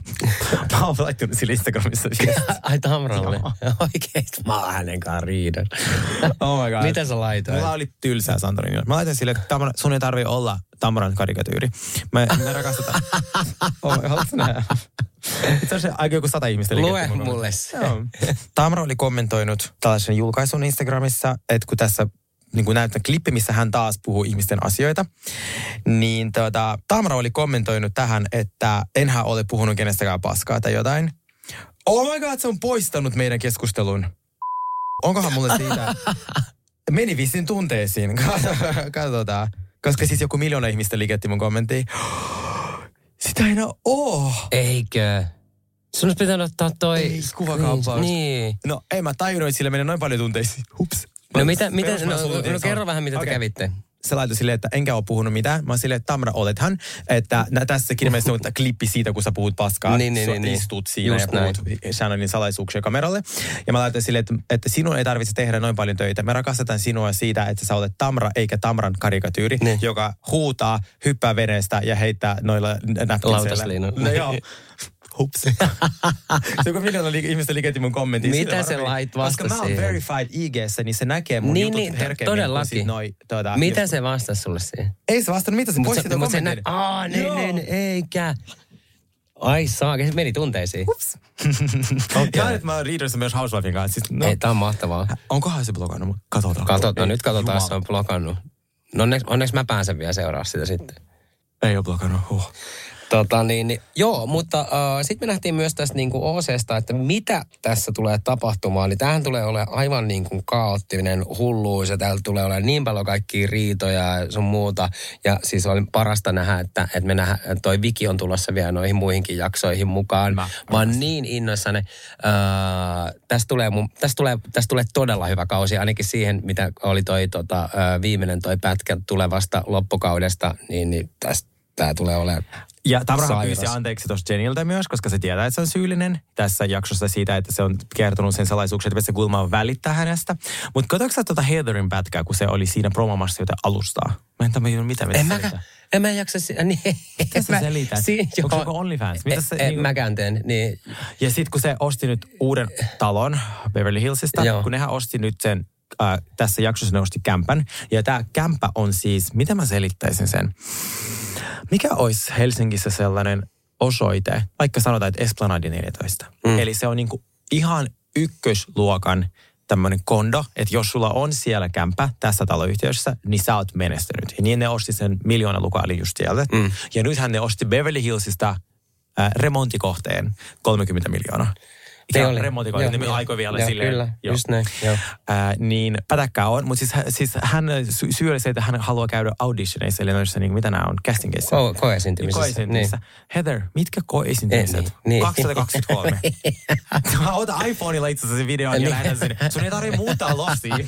mä oon laittanut sille Instagramissa. Ai Tamralle? Oikeesti mä oon hänen kanssa riidan. Oh my god. Mitä sä laitoit? Mulla oli tylsää Santorini. Mä laitan sille, että sun ei tarvitse olla Tamran karikatyyri. Me rakastetaan. Haluatko nähdä? Se on se aika joku 100 ihmistä liikettä. Lue mulle se. Tamra oli kommentoinut tällaisen julkaisun Instagramissa, että kun tässä niin kuin näytän klippi, missä hän taas puhuu ihmisten asioita, niin Tamra oli kommentoinut tähän, että enhän ole puhunut kenestäkään paskaa tai jotain. Oh my god, se on poistanut meidän keskustelun. Onkohan mulle siitä... Meni vissiin tunteisiin. Katsotaan. Koska siis joku 1 miljoona ihmistä liiketti mun kommenttiin. Sitä ei enää oo. Eikö? Sun olisi pitänyt ottaa toi... Ei, kuvakauppaus. Niin. No, ei mä tajunnut, että sillä menee noin paljon tunteisiin. Hups. No kerro vähän, mitä te kävitte. Se laitoi silleen, että enkä ole puhunut mitään. Mä oon silleen, että Tamra, olethan. Että tässä ilmeisesti on klippi siitä, kun sä puhut paskaa. Niin. Istut siinä just ja puhut Shannonin salaisuuksia kameralle. Ja mä laitoin silleen, että sinun ei tarvitse tehdä noin paljon töitä. Me rakastetaan sinua siitä, että sä olet Tamra eikä Tamran karikatyyri, joka huutaa, hyppää veneestä ja heittää noilla lautasliinoilla. No joo. Hups. Se kun 1 miljoona ihmistä liiketti mun kommentin. Mitä se lait vastasi siihen? Koska mä oon verified IG:ssä, niin se näkee mun jutut herkemmin. Todellakin. Mitä se vastasi sulle siihen? Ei se vastannut, mitä se poisti tuon kommentin. Niin, eikä. Ai saake, se meni tunteisiin. Hups. Ja nyt mä oon riidoissa myös Housewifein kanssa. Ei, tää on mahtavaa. Onkohan se blokannut? Katsotaan. Nyt katsotaan, se on blokannut. No onneksi mä pääsen vielä seuraa sitä sitten. Ei oo blokannut. Joo, mutta sitten me nähtiin myös tästä niin kuin OC:sta, että mitä tässä tulee tapahtumaan. Niin tämähän tulee olemaan aivan niin kuin kaoottinen hulluus ja täällä tulee olemaan niin paljon kaikkia riitoja ja sun muuta. Ja siis oli parasta nähdä, että me nähdään, toi Vicky on tulossa vielä noihin muihinkin jaksoihin mukaan. Mä oon niin innoissani. Tästä tulee todella hyvä kausi, ainakin siihen, mitä oli toi viimeinen toi pätkä tulevasta loppukaudesta, niin tästä tää tulee olemaan. Ja Tamrahan pyysi anteeksi tuosta Jeniltä myös, koska se tietää, että se on syyllinen tässä jaksossa siitä, että se on kertonut sen salaisuuksia, että se Gulma välittää hänestä. Mutta katsotko sä Heatherin pätkää, kun se oli siinä promomassa jotain alustaa? Mä en tajua, mitä selittää. En mä jaksa... Mitä sä selität? Onko se joku OnlyFans? Mäkään teen, niin... Ja sit kun se osti nyt uuden talon Beverly Hillsista, kun nehän osti nyt sen tässä jaksossa ne osti kämpän. Ja tämä kämppä on siis, miten mä selittäisin sen? Mikä olisi Helsingissä sellainen osoite, vaikka sanotaan, että Esplanadi 14. Eli se on niinku ihan ykkösluokan tämmöinen kondo, että jos sulla on siellä kämpä tässä taloyhtiössä, niin sä oot menestynyt. Ja niin ne osti sen miljoonalukaali just sieltä. Ja nythän ne osti Beverly Hillsistä remontikohteen 30 miljoonaa. Remontikohteen, niin aikoi vielä silleen. Kyllä, just näin. Niin pätäkkää on, mutta siis hän syöli se, että hän haluaa käydä auditioneissa, eli noissa, niin mitä nämä on, castingissa. Koeesiintymisissä. Niin. Heather, mitkä koeesiintymiset? Niin. 2023. Ota iPhoneilla itse asiassa videon ja lähdä sinne. Sun ei tarvitse muuttaa losia.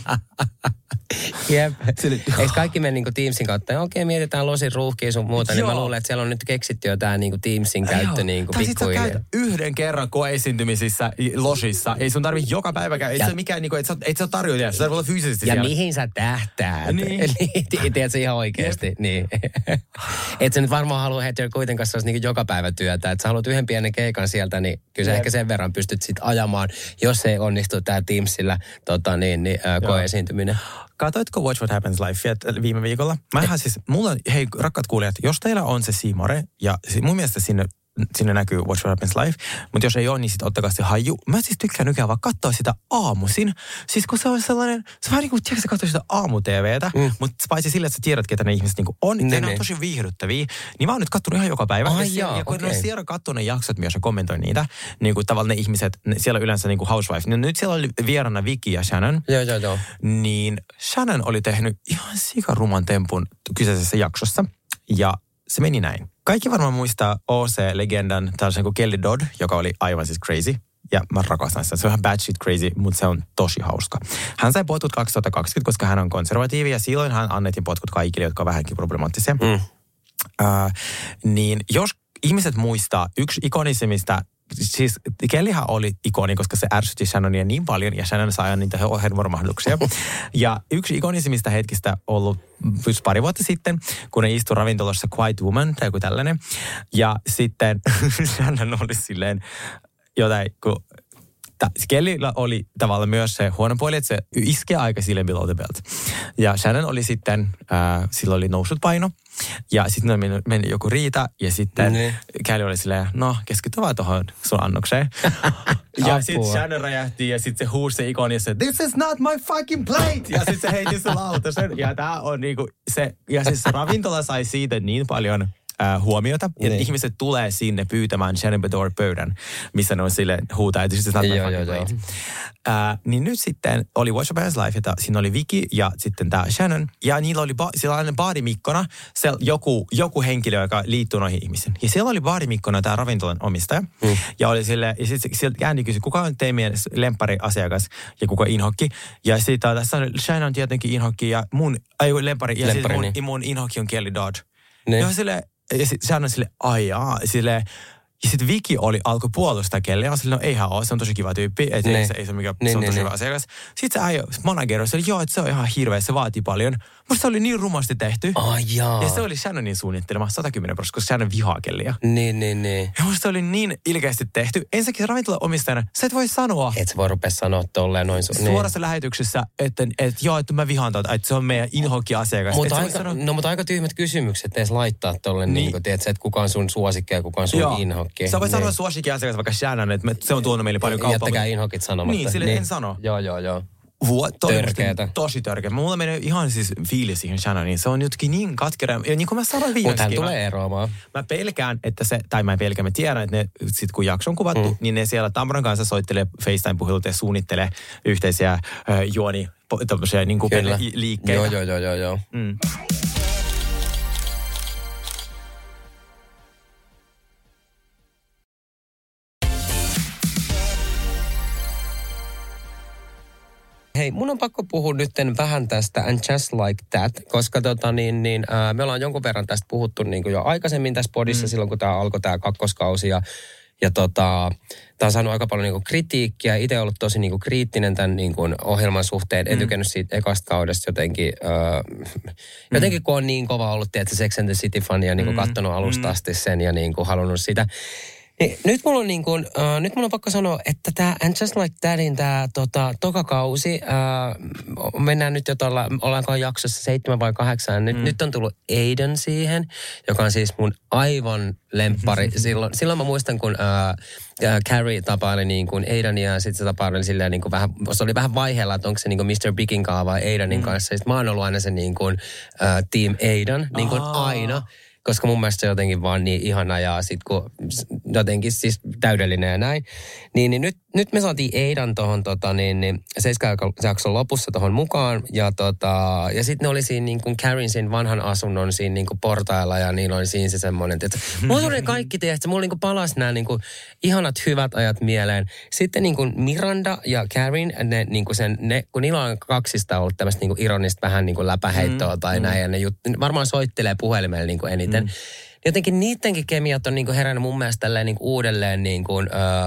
Jep. Eikö kaikki mene niinku Teamsin kautta? Okei, mietitään losin ruuhkia sun muuta, niin mä luulen, että siellä on nyt keksitty jo tää niinku Teamsin käyttö niinku pikkuhiljaa. Tai sit sä käyt yhden kerran koeesiintymisissä losissa. Ei sun tarvitse joka päivä käydä. Ei se mikään niinku, et sä ole tarjoilija. Sä tarvitse olla fyysisesti ja siellä. mihin sä tähtäät? Niin. Tiedätkö ihan oikeasti? Niin. Et sä nyt varmaan halua Heather kuitenkaan sellaista niinku joka päivä työtä. Että sä haluat yhden pienen keikan sieltä, niin kyllä sä ehkä sen verran pystyt sit ajamaan, jos ei onnistu tää Teamsillä koeesiintyminen. Katoitko Watch What Happens Live viime viikolla? Mulla on, hei rakkaat kuulijat, jos teillä on se Simore, ja mun mielestä sinne näkyy Watch What Happens Live, mutta jos ei ole, niin sitten ottakaa se haju. Mä siis tykkään nykyään vaan katsoa sitä aamuisin. Siis kun se on sellainen, se vähän niin kuin, tiedätkö, sä katsoo sitä aamu-tvtä, mutta paitsi sillä, että sä tiedät, ketä ne ihmiset niin on, ne on tosi viihdyttäviä. Niin mä oon nyt kattonut ihan joka päivä. Ja kun ne siellä katsoo ne jaksot myös ja kommentoin niitä, niin kuin tavallaan ne ihmiset, siellä yleensä niin kuin housewife. Nyt siellä oli vieraana Vicky ja Shannon. Joo. Niin Shannon oli tehnyt ihan sikaruman tempun kyseisessä jaksossa. Ja se meni näin. Kaikki varmaan muistaa OC-legendan tällaisen kuin Kelly Dodd, joka oli aivan siis crazy. Ja mä rakastan sitä. Se on ihan bad shit crazy, mutta se on tosi hauska. Hän sai potkut 2020, koska hän on konservatiivi ja silloin hän annettiin potkut kaikille, jotka on vähänkin problemaattisia. Niin jos ihmiset muistaa yksi ikonisimmista, siis Kellyhän oli ikoni, koska se ärsytti Shannonia niin paljon ja Shannon sai niitä hermoromahduksia. Ja yksi ikonisimmista hetkistä ollut just pari vuotta sitten, kun ne istui ravintolassa Quiet Woman tai joku tällainen. Ja sitten Shannon oli silleen jotain, kun Kellyllä oli tavallaan myös se huono puoli, että se iskee aika silleen below the belt. Ja Shannon oli sitten, sillä oli noussut paino. Ja sitten meni joku riita ja sitten Kelly oli silleen, no keskity vaan tuohon sun annokseen. Ja sitten Shannon räjähti ja sitten se huusi se ikoni ja se, this is not my fucking plate! Ja sitten se heitti se lautasen. Ja tää on niinku se, ja siis ravintola sai siitä niin paljon huomiota. Ja ihmiset tulee sinne pyytämään Shannon Bedore pöydän, missä ne on sille huutaa, että siis niin nyt sitten oli Watch What Happens Live, että siinä oli Vicky ja sitten tämä Shannon. Ja niillä oli sellainen baarimikkona, joku henkilö, joka liittyy noihin ihmisiin. Ja siellä oli baarimikkona tämä ravintolan omistaja. Ja oli sille, ja sitten sieltä Andy kysyi, kuka on teidän lemppariasiakas ja kuka inhokki. Ja sitten tässä on Shannon tietenkin inhokki ja mun lemppari. Ja sitten mun inhokki on Kelly Dodd. Ja sille, ja sitten Shannon sille, sille. Ja sitten Vicky alkoi puolustaa Kellyä. Sille, no eihän ole, se on tosi kiva tyyppi. Että ei se mikään, se on tosi hyvä asiakas. Sitten se manageri oli, joo, että se on ihan hirveä, se vaatii paljon. Musta se oli niin rumasti tehty. Ja se oli Shannonin suunnittelema 110%, koska Shannon vihaa Kellyä. Niin. Ja musta se oli niin ilkeästi tehty. Ensinnäkin ravintolan omistajana, sä et voi sanoa. Et sä voi rupea sanoa tolleen noin. Suorassa lähetyksessä, että mä vihaan tuota, että se on meidän inhokki-asiakas. Mutta aika tyhmät kysymykset edes laittaa tolleen, niin kuin, tiedätkö, että kuka on sun suosikki ja kuka on sun inhokki. Sä voit sanoa suosikki-asiakas vaikka Shannon, että se on tuonut meille paljon kauppaa. Jättäkää inhokit sanomatta. Niin, sille en sano. Joo. Törkeetä. Tosi törkeä. Mulla menee ihan siis fiilis siihen Shannoniin. Se on jotenkin niin katkera. Ja niin kuin mä sanoin viimeksi. Mutta hän tulee eroamaan. Mä pelkään, että mä tiedän, että ne sit kun jakso on kuvattu, niin ne siellä Tamron kanssa soittelee FaceTime-puhelut ja suunnittelee yhteisiä tommosia niin kuin liikkeitä. Joo. Hei, mun on pakko puhua nyt vähän tästä And Just Like That, koska me ollaan jonkun verran tästä puhuttu niin kuin jo aikaisemmin tässä podissa silloin, kun tämä alkoi tämä kakkoskausi. Ja tämä on saanut aika paljon niin kuin kritiikkiä. Itse olen ollut tosi niin kuin kriittinen tämän niin kuin ohjelman suhteen. En tykännyt siitä ekasta kaudesta jotenkin. Jotenkin kun on niin kova ollut, tiedätkö, Sex and the City-fania, niin kuin katsonut alusta asti sen ja niin kuin halunnut sitä. Niin, nyt mulla on pakko sanoa, että tämä And Just Like Thatin tämä toka kausi, mennään nyt jo ollaanko jaksossa 7 vai 8, nyt on tullut Aiden siihen, joka on siis mun aivan lemppari. Silloin mä muistan, kun Carrie tapaili niin kuin Aidenia ja sitten se tapaili silleen niin kuin vähän, se oli vähän vaiheella, että onko se niin kuin Mr. Bigin kanssa vai Aidenin kanssa. Sitten mä oon ollut aina se niin kuin Team Aiden, niin kuin aina. Koska mun mielestä se jotenkin vaan niin ihana ja sit kun jotenkin siis täydellinen ja näin. Niin nyt me saatiin Aidan tohon 7 jakson lopussa tohon mukaan. Ja sitten ne oli siinä niin kuin Carrien siinä vanhan asunnon siinä niin kuin portailla ja niillä oli siinä se semmoinen. Mulla tuli kaikki tehdä, mulla niin kuin palasi nämä niin kuin ihanat hyvät ajat mieleen. Sitten niin kuin Miranda ja Carrien, kun niillä on kaksista ollut tämmöistä niin kuin ironista vähän niin kuin läpäheittoa tai näin. Ja ne varmaan soittelee puhelimella niin kuin eniten. Jotenkin niidenkin kemiat on niinku herännyt mun mielestä tälleen niinku uudelleen niinku,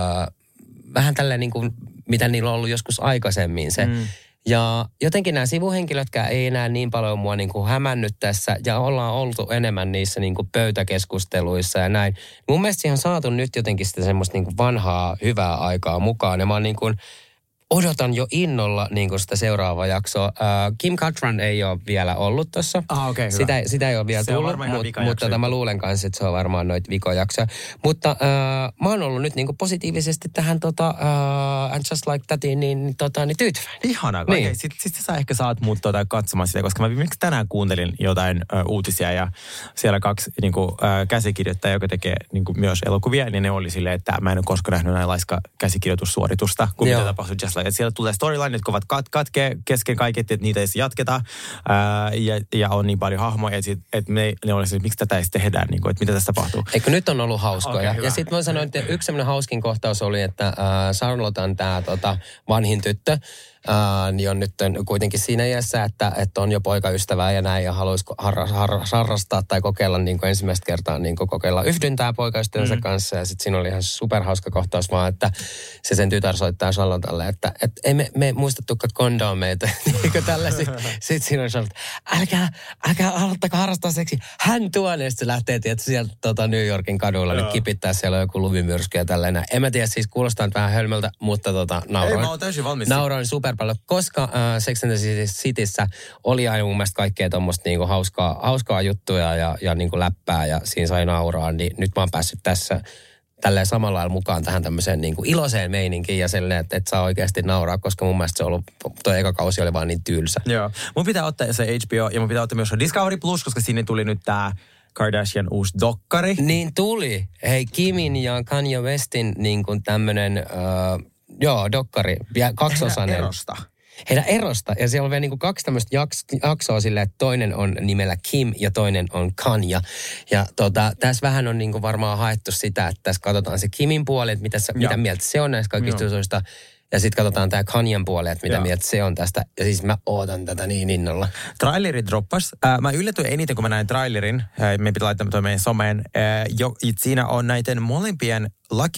vähän tälleen niinku, mitä niillä on ollut joskus aikaisemmin se. Ja jotenkin nämä sivuhenkilötkään ei enää niin paljon mua niinku hämännyt tässä ja ollaan oltu enemmän niissä niinku pöytäkeskusteluissa ja näin. Mun mielestä siihen on saatu nyt jotenkin sitä semmoista niinku vanhaa hyvää aikaa mukaan ja mä oon niinku odotan jo innolla niin kuin sitä seuraavaa jaksoa. Kim Cattrall ei ole vielä ollut tuossa. Okay, sitä ei ole vielä tullut, mutta mä luulen kanssa, että se on varmaan noita vikojaksoja. Mutta mä oon ollut nyt niin kuin positiivisesti tähän And Just Like Thatin niin tyytyväinen. Ihanaa. Niin. Okay. Sitten sä ehkä saat mut katsomaan sitä, koska mä viimeksi tänään kuuntelin jotain uutisia ja siellä 2 niin kuin, käsikirjoittajaa, joka tekee niin kuin, myös elokuvia, niin ne oli silleen, että mä en ole koskaan nähnyt näin laiska käsikirjoitussuoritusta, kuin mitä tapahtui Just Like. Että siellä tulee storyline, jotka ovat katkee kesken kaiket, että niitä ei jatketa. Ja on niin paljon hahmoja, että ne olisi, että miksi tätä ei tehdään, niin kuin, että mitä tässä tapahtuu. Eikö nyt on ollut hauskoja? Okay, ja sitten mä sanoin, että yksi sellainen hauskin kohtaus oli, että Charlotte on tämä vanhin tyttö. Niin on nyt kuitenkin siinä iässä, että on jo poikaystävää ja näin ja haluaisi harrastaa tai kokeilla niin kuin ensimmäistä kertaa niin kuin kokeilla yhdyntää poikaystävänsä kanssa. Ja sitten siinä oli ihan superhauska kohtaus vaan, että se sen tytär soittaa Charlottelle, että ei me muistattukaan kondoomeita. Niin tällä sitten siinä on Charlotte, älkää aloittakaa harrastaa seksi. Hän tuo, ja sitten se lähtee sieltä New Yorkin kadulla nyt kipittää, siellä on joku lumimyrsky ja tällainen. En mä tiedä, siis kuulostaa vähän hölmöltä, mutta nauroin. Ei, mä oon täysin valmis. Nauroin super paljon, koska Sex and the Cityssä oli aina mun mielestä kaikkea tuommoista niinku hauskaa juttuja ja niinku läppää ja siinä sai nauraa, niin nyt mä oon päässyt tässä tälleen samalla lailla mukaan tähän tämmöiseen niinku iloiseen meininkiin ja silleen, että saa oikeasti nauraa, koska mun mielestä se on ollut, toi eka kausi oli vaan niin tylsä. Joo, mun pitää ottaa se HBO ja mun pitää ottaa myös Discovery Plus, koska sinne tuli nyt tää Kardashian uusi dokkari. Niin tuli. Hei, Kimin ja Kanye Westin niin kuin tämmönen dokkari, kaksiosainen. Heidän erosta. Ja siellä on vielä niin kuin 2 tämmöistä jaksoa silleen, että toinen on nimellä Kim ja toinen on Kanye. Ja tässä vähän on niin kuin varmaan haettu sitä, että tässä katsotaan se Kimin puoli, että mitä mieltä se on näistä kaikista jutuista. Ja sitten katsotaan tämä Kanyen puoli, että mitä mieltä se on tästä. Ja siis mä ootan tätä niin innolla. Traileri droppas. Mä yllätyin eniten, kun mä näin trailerin. Me pitää laittaa toi meidän someen. Siinä on näiden molempien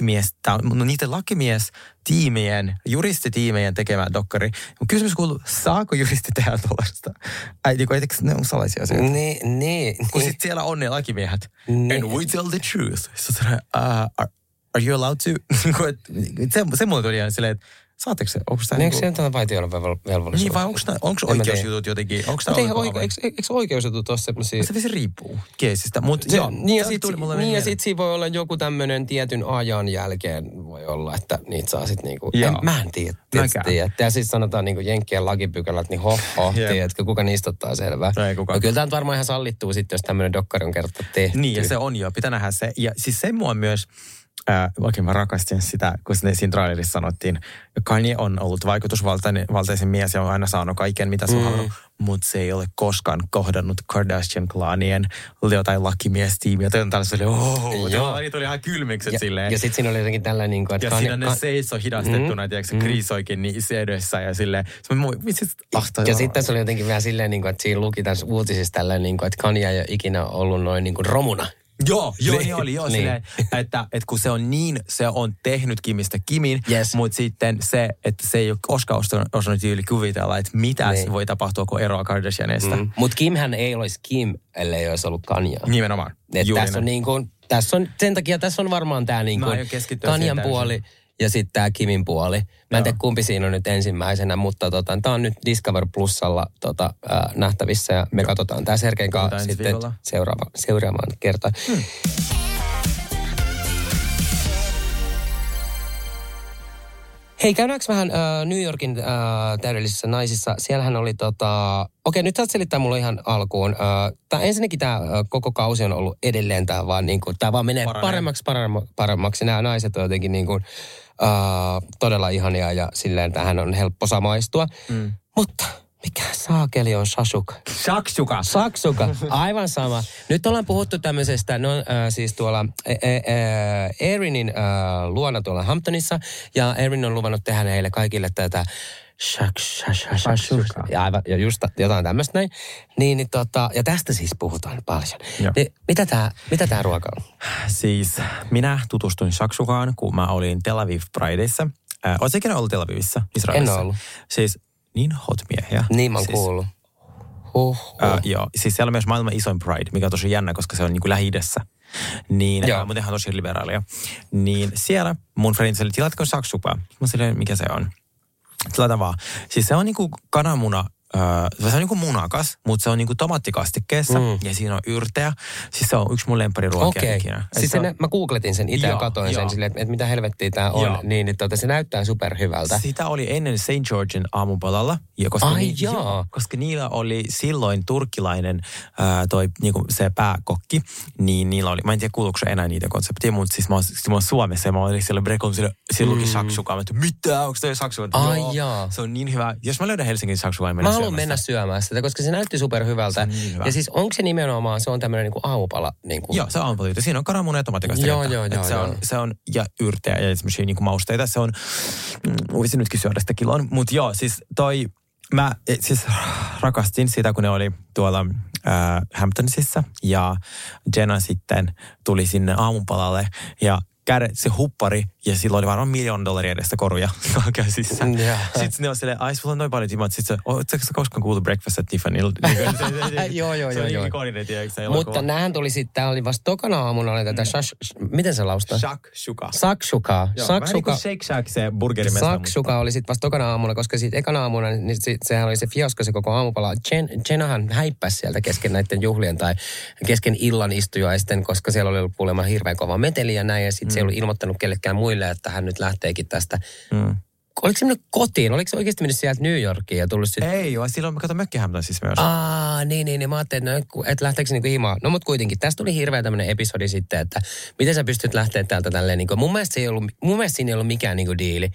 niiden lakimiestiimien, juristitiimien tekemä dokkari. Mun kysymys kuuluu, saako juristi tehdä tuollaista? Eikö ne on salaisia asioita? Niin. Kun sit siellä on ne lakimiehet. And we tell the truth. Are you allowed to? Se mulle tuli ihan silleen, että saatteko se? Onko tämä eikö se jotain vaitiolovelvollisuus? Niin vai onko oikeusjutut jotenkin? Eikö oikeusjutut ole semmoisia? Se riippuu keisistä. Ja sit siinä voi olla joku tämmöinen tietyn ajan jälkeen voi olla, että niitä saa sit niinku. Mä en tiedä. Ja sit sanotaan niinku jenkkien lakipykälät, niin tiedätkö, kuka niistä ottaa selvää. No kyllä tämä varmaan ihan sallittuu sitten, jos tämmöinen dokkari on kerta tehty. Niin ja se on jo, pitää nähdä se. Ja siis se mua myös oikein mä rakastin sitä, kun siinä trailerissa sanottiin, Kanye on ollut vaikutusvaltaisen mies ja on aina saanut kaiken, mitä se on halunnut, mutta se ei ole koskaan kohdannut Kardashian-klaanien jotain lakimiestiimiä. Tämä on tällaisella, niitä oli ihan kylmikset silleen. Ja sitten siinä oli jotenkin tällainen, että ja siinä ne seisoo hidastettuna, tiedätkö, kriisoikin niissä edessä ja silleen. Ja sitten tässä oli jotenkin vähän silleen, että siinä luki tässä uutisissa tällainen, että Kanye ei ole ikinä ollut noin romuna. Joo, niin oli. Joo, silleen, että kun se on tehnyt Kimistä Kimin, mutta sitten se, että se ei ole koskaan osannut yli kuvitella, että mitä se voi tapahtua, kun eroaa Kardashianista. Mutta Kimhän ei olisi Kim, ellei olisi ollut Kanyaa. Nimenomaan. Tässä on niin kuin, sen takia tässä on varmaan tämä niin kuin Kanyan puoli ja sitten tämä Kimin puoli. Mä en tiedä, kumpi siinä on nyt ensimmäisenä, mutta tämä on nyt Discover Plusalla nähtävissä ja me katsotaan tämä Sergein kanssa sitten seuraavaan kertaan. Hei, käydäänkö vähän New Yorkin täydellisissä naisissa? Siellähän oli Okei, nyt saat selittää mulle ihan alkuun. Ensinnäkin tämä koko kausi on ollut edelleen tämä vaan niin kuin, tämä vaan menee paremmaksi. Nämä naiset on jotenkin niin kuin, todella ihania ja silleen tähän on helppo samaistua. Mutta mikä saakeli on Shakshuka, aivan sama. Nyt ollaan puhuttu tämmöisestä, siis tuolla Erinin luona tuolla Hamptonissa, ja Erin on luvannut tehdä heille kaikille tätä Shakshuka. Ja just jotain tämmöistä näin. Ja tästä siis puhutaan paljon. Niin, mitä tää ruoka on? Siis minä tutustuin Shakshukaan, kun mä olin Tel Aviv Prideissa. Oletko ikinä ollut Tel Avivissa, Israelissa? En ollut. Siis niin hot miehiä. Niin mä oon kuullut. Joo, siis siellä on myös maailman isoin Pride, mikä on tosi jännä, koska se on niin kuin Lähi-idässä. Niin, mutta ihan tosi liberaalia. Niin siellä mun friendit oli, tilatko shakshukaa? Mä silleen, mikä se on? Tilata vaan. Siis se on niin kuin kananmuna. Se on niin kuin munakas, mutta se on niin kuin tomaattikastikkeessa ja siinä on yrteä. Siis se on yksi mun lemppariruokia ikinä. Siis mä googletin sen itse ja katoin sen silleen, että mitä helvettiä tää on. Niin se näyttää superhyvältä. Sitä oli ennen St. Georgein aamupalalla. Koska niillä oli silloin turkkilainen niinku se pääkokki. Niin niillä oli, mä en tiedä kuuluuko se enää niitä konseptia, mutta siis mä oon Suomessa ja mä olin siellä Brekon silloinkin shakshukaa. Mä että mitä, onko toi shakshukaa? Se on niin hyvä. Jos mä löydän Helsingin shakshukaa, mä haluan mennä syömään sitä, koska se näytti superhyvältä. Niin ja siis onko se nimenomaan, se on tämmöinen niinku aamupala? Niinku. Joo, se on aamupala. Siinä on kananmuna ja tomaattikastiketta. Joo. Se on ja yrteä ja semmoisia niinku mausteita. Se on, voisin nytkin syödä sitä kilon. Mutta joo, siis mä rakastin sitä, kun ne oli tuolla Hamptonsissa. Ja Jenna sitten tuli sinne aamupalalle ja se huppari, ja sillä oli varmaan $1 million edestä koruja käsissä. Sitten ne on silleen, ai, sulla on noin paljon timaa. Sitten ootko sä koskaan kuullut Breakfast at Tiffanylla? Joo. Se on ikoninen, tiedätkö? Mutta nämähän tuli sitten, tää oli vasta tokana aamuna, oli tätä miten se laustaa? Shakshuka. Vähän niin kuin Shake Shack, se burgerimesta. Shakshuka oli sitten vasta tokana aamuna, koska siitä ekana aamuna, niin sehän oli se fiasko, se koko aamupala. Jennahan häippäsi sieltä kesken näiden juhlien tai kesken illan istujaisten, koska siellä oli ollut kuulemma hirveän kova meteli ja näin, ja sitten se ei ollut ilmoittanut kellekään muille, että hän nyt lähteekin tästä. Oliko se mennyt kotiin? Oliko se oikeasti mennyt sieltä New Yorkiin ja tullut sitten? Ei joo, silloin mä katson Mökkihamptonissa myös. Niin. Mä ajattelin, että lähteekö se niinku himaan. No mutta kuitenkin, tästä tuli hirveä tämmöinen episodi sitten, että miten sä pystyt lähteä täältä tälleen. Niin mun mielestä siinä ei ollut mikään niinku diili.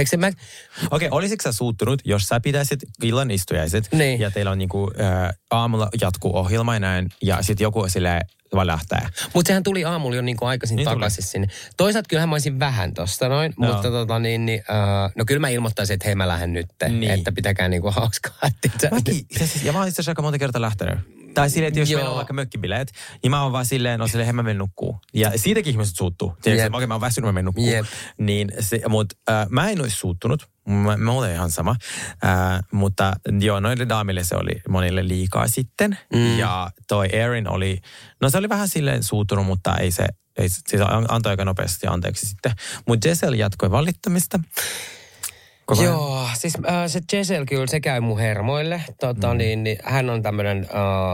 Okei, olisitko sä suuttunut, jos sä pitäisit illan istujaiset ja teillä on niinku aamulla jatkuu ohjelma ja näin, ja sitten joku silleen vaan lähtee. Mutta sehän tuli aamulla jo niinku aikaisin niin takaisin sinne. Toisaalta kyllähän mä olisin vähän tosta noin, mutta no kyllä mä ilmoittaisin, että hei mä lähden nyt, että pitäkää niinku hauskaa. Ja mä oon itse asiassa aika monta kertaa lähtenyt. Tai silleen, että jos meillä on vaikka mökkibileet, niin mä oon vaan silleen, hei mä menen nukkuu. Ja siitäkin ihmiset suuttuu. Tiedätkö, mä oon väsynyt, mä menen nukkuu. Niin, mutta mä en olisi suuttunut. Mä olen ihan sama. Mutta joo, noille daamille se oli monille liikaa sitten. Ja toi Erin oli, no se oli vähän silleen suuttunut, mutta ei se siis antoi aika nopeasti anteeksi sitten. Mutta Giselle jatkoi valittamista. Joo, siis se Giselle kyllä, se käy mun hermoille. Niin hän on tämmönen,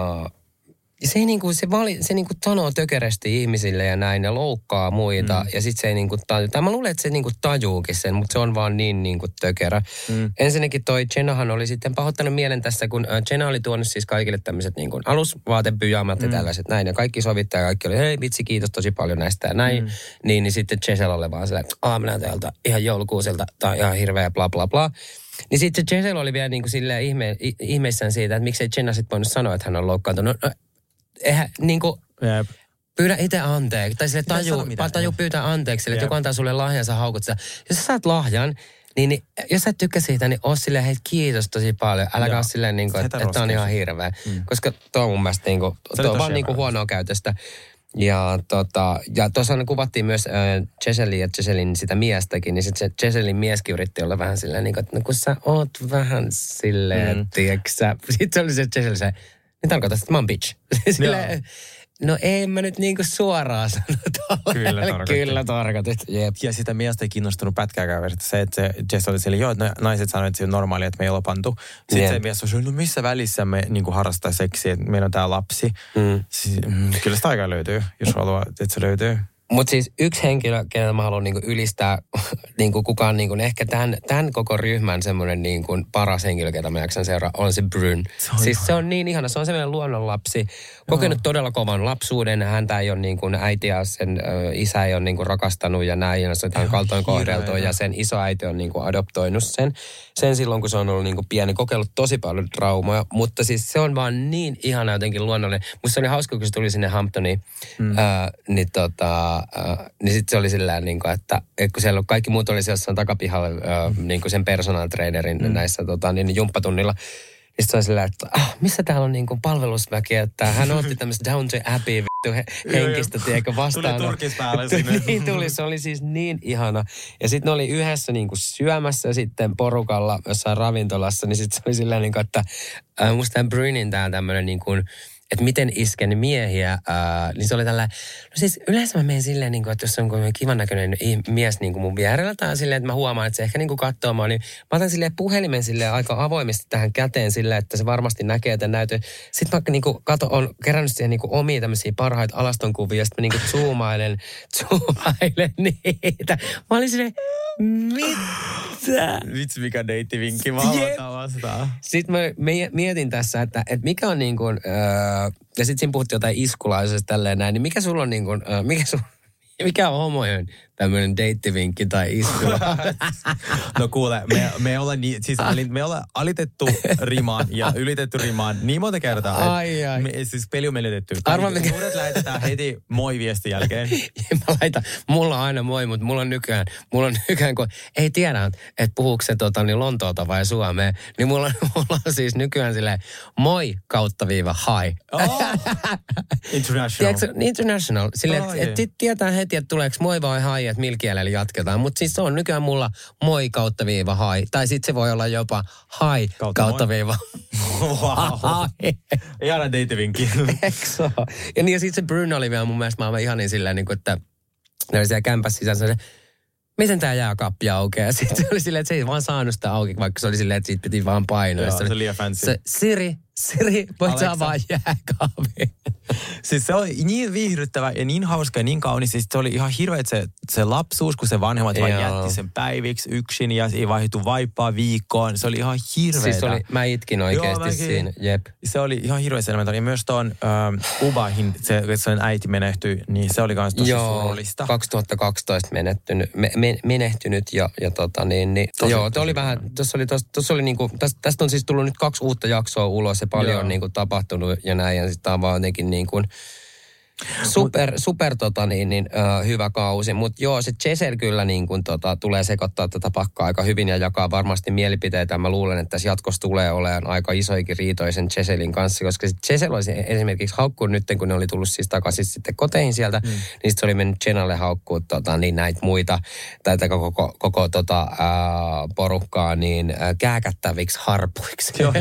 se niinku sanoo tökeresti ihmisille ja näin ja loukkaa muita. Ja sit se ei niinku tajua. Mä luulen, että se niinku tajuukin sen, mutta se on vaan niin niinku tökerä. Ensinnäkin toi Jennahan oli sitten pahoittanut mielen tässä, kun Jenna oli tuonut siis kaikille tämmöiset niinku alusvaatepyjaamat ja tällaiset näin. Ja kaikki sovittaa ja kaikki oli, hei vitsi, kiitos tosi paljon näistä ja näin. Niin sitten Giselle oli vaan silleen, että minä täältä ihan joulukuuselta, tää on ihan hirveä bla bla bla. Niin sitten Giselle oli vielä niinku silleen ihmeissään siitä, että miksei Jenna sitten voinut sanoa, että hän on loukkaantunut. Eihän niinku, pyydä itse anteeksi. Tai sille taju pyytää anteeksi, sille, että joku antaa sulle lahjan, sä haukut sitä. Jos sä saat lahjan, niin jos sä et tykkää siitä, niin oo silleen, hei kiitos tosi paljon. Äläkä oo silleen, niinku, että tää on ihan hirveä. Koska tuo on mun mielestä niinku, tuo on vaan niinku huonoa käytöstä. Ja tuossa kuvattiin myös Cheselin ja Cheselin sitä miestäkin, niin sitten se Cheselin mieskin yritti olla vähän silleen, niin kuin, että no kun sä oot vähän silleen, tiiäksä. Sitten se oli se Chesel se, niin tarkoitas, että mä oon bitch. Silleen, no ei mä nyt niinku suoraan sano. Kyllä tarkoitit. Jep. Ja sitä miestä ei kiinnostunut pätkääkään. Se, että se Jess oli siellä, joo, että naiset sanoivat, että se on normaalia, että me ei olla pantu. Sitten se mies on, no missä välissä me niinku harrastaa seksiä, että meillä on tää lapsi. Kyllä sitä aikaa löytyy, jos haluaa, että se löytyy. Mutta siis yksi henkilö, kenellä mä haluan niinku ylistää, niinku kukaan niinku, ehkä tämän koko ryhmän semmoinen niinku paras henkilö, ketä mä jaksan seuraa, on se Bryn. Se on niin ihana, se on semmoinen luonnonlapsi, kokenut todella kovan lapsuuden. Häntä ei ole niinku, äiti ja sen isä ei ole niinku rakastanut ja näin, ja se on kaltoin kohdeltu ja sen isoäiti on niinku adoptoinut sen silloin, kun se on ollut niinku pieni, kokeillut tosi paljon traumoja, mutta siis se on vaan niin ihana jotenkin luonnollinen. Musta se oli hauska, kun se tuli sinne Hamptoniin, niin sitten se oli sillä niin kuin, että kun siellä kaikki muut oli siellä takapihalla niin kuin sen personal trainerin näissä niin jumppatunnilla, niin sitten se oli sillä, että missä täällä on niin kuin palvelusväki, että hän otti tämmöistä down to happy henkistä, tiedäkö, vastaan. Tuli turkis päälle sinne. Niin tuli, se oli siis niin ihana. Ja sitten ne oli yhdessä niin kuin syömässä sitten porukalla jossain ravintolassa, niin sitten se oli sillä niin kuin, että musta tämän Brynin tää tämmöinen niin kuin, että miten isken miehiä, niin se oli tällainen, no siis yleensä mä menen silleen, niin kuin, että jos on kivan näköinen mies niin kuin mun vierellä tai silleen, että mä huomaan, että se ehkä niin kuin katsoo mua, niin mä otan silleen puhelimen silleen aika avoimesti tähän käteen silleen, että se varmasti näkee tämän näytön. Sitten mä niin kuin on kerännyt siihen niin kuin omia tämmöisiä parhaita alastonkuvia, ja sitten mä niin kuin zoomailen niitä. Mä olin silleen, mitä? Vitsi, mikä deittivinkki, mä aloitan vastaan. Sitten mä mietin tässä, että mikä on niin kuin, ja sitten siinä puhuttiin jotain iskulaisesta tälleen näin, niin mikä sulla on niin kuin, mikä on homojen tämmöinen deittivinkki tai iskula? No kuule, me ollaan alitettu rimaan ja ylitetty rimaan niin monta kertaa. Ai. Siis peli on menetetty. Uudet lähetetään heti moi-viestin jälkeen. Mulla on aina moi, mutta mulla on nykyään, kun ei tiedä, että puhuuko se niin Lontoota vai Suomea, niin mulla on siis nykyään silleen moi /hi. International. Tiedätkö, international. Silleen, että tietää heti, että tuleeko moi vai hi, että millä kielellä jatketaan. Mutta siis se on nykyään mulla moi /hi. Tai sitten se voi olla jopa hi /hi. Ihana deittivinkki. Eksoo. Ja sitten se Bruno oli vielä mun mielestä maailman ihanin silleen, niin että ne oli siellä kämpässä sisässä se, miten tämä jääkaappi aukeaa? Ja sitten se oli silleen, että se ei vaan saanut sitä auki, vaikka se oli silleen, että siitä piti vaan painoa. Joo, se oli liian fancy. Siri, voit saa vaan jääkaapin. Siis se oli niin viihdyttävä ja niin hauska ja niin kaunis. Siis se oli ihan hirveä se lapsuus, kun se vanhemmat vaan jätti sen päiviksi yksin ja ei vaihtu vaippaa viikkoon. Se oli ihan hirveetä. Siis mä itkin oikeasti siinä. Jep. Se oli ihan hirveä elämäntä. Ja myös tuon Ubahin, sen äiti menehtyi, niin se oli myös tosi surullista. 2012 menehtynyt ja joo, oli vähän, tuossa oli niinku, tästä on siis tullut nyt 2 uutta jaksoa ulos ja paljon niin kuin tapahtunut ja näin, ja sitten tämä on vaan jotenkin niin kuin super hyvä kausi. Mutta joo, se Chesel kyllä niin kuin tulee sekoittaa tätä pakkaa aika hyvin ja jakaa varmasti mielipiteitä. Mä luulen, että tässä jatkossa tulee olemaan aika isoikin riitoja sen Cheselin kanssa, koska Chesel olisi esimerkiksi haukkuun nyt, kun ne oli tullut siis takaisin sitten koteihin sieltä, niin sitten se oli mennyt Jennalle haukkuun niin näitä muita, tai koko porukkaa niin kääkättäviksi harpuiksi. Joo.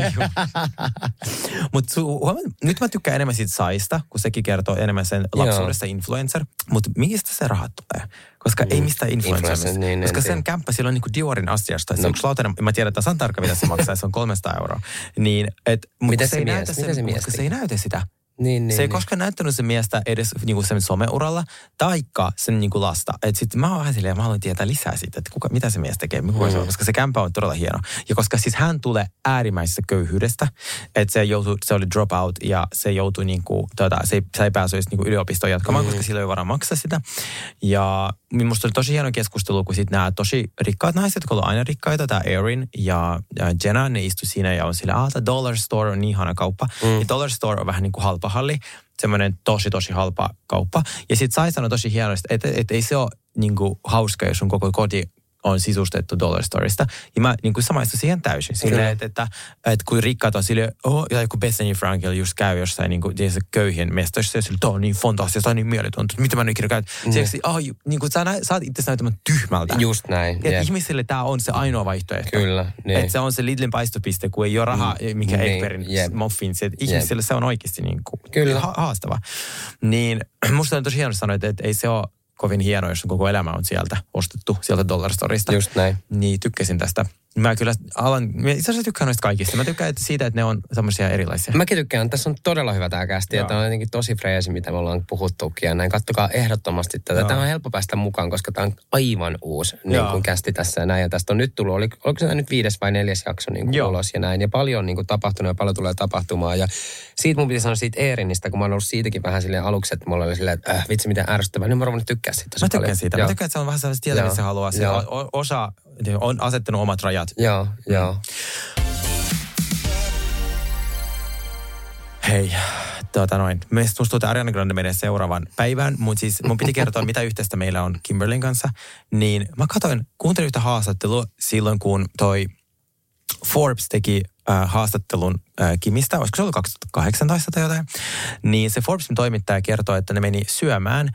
Mutta nyt mä tykkään enemmän siitä Saista, kun sekin kertoo enemmän sen lapsuudesta influencer. Mutta mistä se rahat tulee? Koska ei mistään influencerista. Niin, koska sen kämppä siellä on niinku Diorin asiasta. Se on yksi lautainen, mä tiedän, että se on tarkka, mitä se maksaa, se on 300 €. Niin, mitä se mies? Koska se ei näytä sitä. Niin, se ei koskaan näyttänyt se miestä edes niinku sen someuralla, taikka sen niinku lasta. Että sitten mä oon vähän silleen, mä haluan tietää lisää siitä, että mitä se mies tekee, koska se kämpä on todella hieno. Ja koska siis hän tulee äärimmäisestä köyhyydestä, että se oli dropout ja se joutui niinku, se ei päässyt niinku yliopistoon jatkamaan, koska sillä ei varaa maksaa sitä. Ja minusta oli tosi hieno keskustelu, kun sitten nämä tosi rikkaat naiset, kun on aina rikkaita, tämä Erin ja Jenna, ne istu siinä ja on silleen, tämä Dollar Store on niin ihana kauppa. Ja Dollar Store on vähän niin kuin halpahalli, semmoinen tosi halpa kauppa. Ja sitten Sai sanoi tosi hienosti, että ei se ole niin kuin hauska, jos sun koko koti on sisustettu Dollar Storysta. Ja mä niin kuin samaistun siihen täysin. Silleen, että kun rikkaat on silleen, ja joku Bethany Frankel just käy jossain niin kuin köyhien mestoissa, ja silleen, tämä on niin fantastista, tämä on niin mieletöntä, mitä mä nyt ikinä käyn. Siksi, niin kuin sä oot itse näyttämään tyhmältä. Just näin. Että ihmisille tämä on se ainoa vaihtoehto. Kyllä. Niin. Että se on se Lidlin paistopiste, kun ei ole rahaa, mikä Ekbergin muffins. Että ihmisille se on oikeasti niin kuin haastava. Niin musta on tosi hieno sanoa, että ei se ole kovin hienoa, jos koko elämä on sieltä ostettu, sieltä Dollar Storysta. Just näin. Niin tykkäsin tästä. Mä kyllä itse asiassa tykkään noista kaikista. Mä tykkään siitä, että ne on semmoisia erilaisia. Mäkin tykkään. Tässä on todella hyvä tämä kästi. Ja tämä on jotenkin tosi freesi, mitä me ollaan puhuttukin. Ja näin, kattokaa ehdottomasti tätä. Tämä on helppo päästä mukaan, koska tämä on aivan uusi niin kuin kästi tässä ja näin. Ja tästä on nyt tullut, oliko se nyt 5. vai 4. jakso niin kuin ulos ja näin. Ja paljon on niin kuin tapahtunut ja paljon tulee tapahtumaan. Ja siitä mun piti sanoa siitä Eerinistä, kun mä oon ollut siitäkin vähän silleen aluksi, että mulla oli silleen, että vitsi miten ärsyttävää. Nyt mä oon tykkää siitä. Mä tykkään siitä. Mä tykkään, että se on vähän sellaista tietä, missä se haluaa. Se osa on asettanut omat rajat. Joo. Hei, musta tuntuu, että Ariana Grande menee seuraavan päivään, mutta siis mun piti kertoa, mitä yhteistä meillä on Kimberlyn kanssa. Niin mä kuuntelin yhtä haastattelua silloin, kun toi Forbes teki haastattelun Kimistä, olisiko se ollut 2018 tai jotain. Niin se Forbesin toimittaja kertoi, että ne meni syömään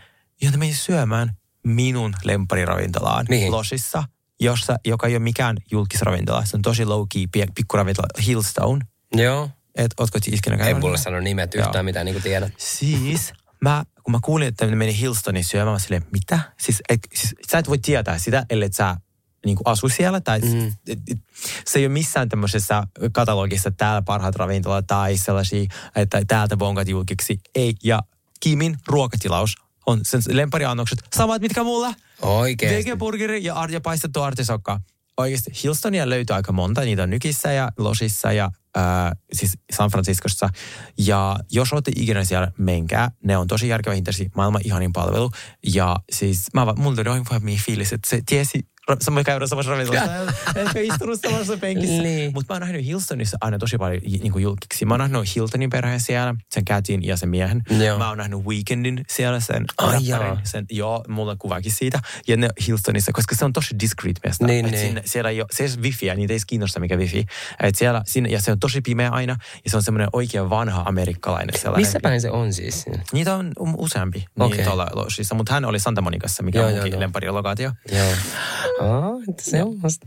minun lempariravintolaan Loshissa, joka ei ole mikään julkisravintola. Se on tosi low-key, pikkuravintola, Hillstone. Joo. Ootko ikinä käynyt? Ei mulle sano nimet yhtään mitään, niin kuin tiedät. Siis, kun mä kuulin, että ne meni Hillstonein syömään, mä silleen, mitä? Siis sä et voi tietää sitä, ellei sä niin kuin asu siellä. Tai se ei ole missään tämmöisessä katalogissa, että täällä parhaat ravintolat tai sellaisia, että täältä bongat julkiksi. Ei, ja Kimin ruokatilaus on sen lempariannokset samat, mitkä mulla. Oikeesti. Vegeburgeri ja paistettu artisokka. Oikeasti Hillstonia löytyy aika monta. Niitä on Nykissä ja Loshissa ja siis San Franciscossa. Ja jos olette ikinä siellä, menkää. Ne on tosi järkevä hintaisia, maailman ihanin palvelu. Ja siis mulla tuli oikein fiilis, että se tiesi samoin käydä samassa ravintolassa. Ehkä istunut samassa penkissä. Mutta mä oon nähnyt Hillstonissa aina tosi paljon niin julkiksi. Mä oon nähnyt Hiltonin perheen siellä, sen kätin ja sen miehen. Joo. Mä oon nähnyt Weekendin siellä, sen rapparin. Mulla on kuvakin siitä. Ja ne Hillstonissa, koska se on tosi discreet mesta. Siellä ei ole, se ei ole wifiä, niitä ei kiinnosta mikä wifi. Ja se on tosi pimeä aina. Ja se on semmoinen oikein vanha amerikkalainen sellainen. Missä päin se on siis? Niitä on useampi. Niin tuolla Loshissa. Mutta hän oli Santa Monicassa, mikä on munkin lemparilokaatio. Joo. Semmoista.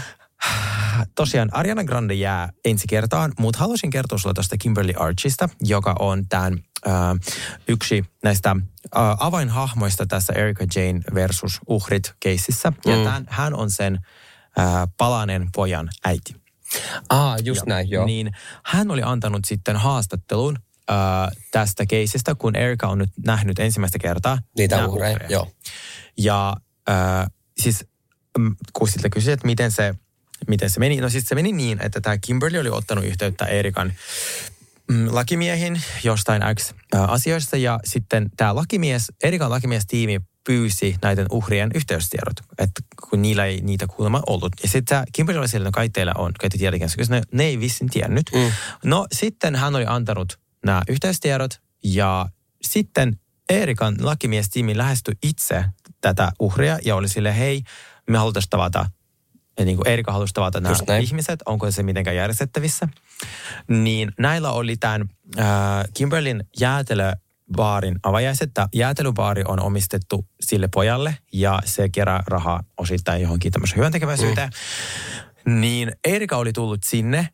Tosiaan Ariana Grande jää ensi kertaan, mutta haluaisin kertoa sulle tuosta Kimberly Archista, joka on tämän yksi näistä avainhahmoista tässä Erika Jane versus uhrit keississä. Ja hän on sen palaneen pojan äiti. Just näin, joo. Niin hän oli antanut sitten haastattelun tästä keisistä, kun Erika on nyt nähnyt ensimmäistä kertaa niitä uhreja. Joo. Ja siis kun siltä kysyi, että miten se meni. No siis se meni niin, että tämä Kimberly oli ottanut yhteyttä Erikan lakimiehin jostain X-asioista. Ja sitten tämä Erikan lakimiestiimi pyysi näiden uhrien yhteystiedot, että kun niillä ei niitä kuulemma ollut. Ja sitten Kimberly oli siellä, että kai teillä on, kai te tiedäkin, koska ne ei vissiin tiennyt. No sitten hän oli antanut nämä yhteystiedot ja sitten Erikan lakimiestiimi lähestyi itse tätä uhria ja oli silleen, hei, me halutaan tavata, niin kuin Erika halusi tavata nämä ihmiset, onko se mitenkään järjestettävissä. Niin näillä oli tämän Kimberlyn jäätelöbaarin avajaiset. Tämä jäätelöbaari on omistettu sille pojalle ja se kerää rahaa osittain johonkin tämmöisen hyväntekeväisyyteen. Niin Erika oli tullut sinne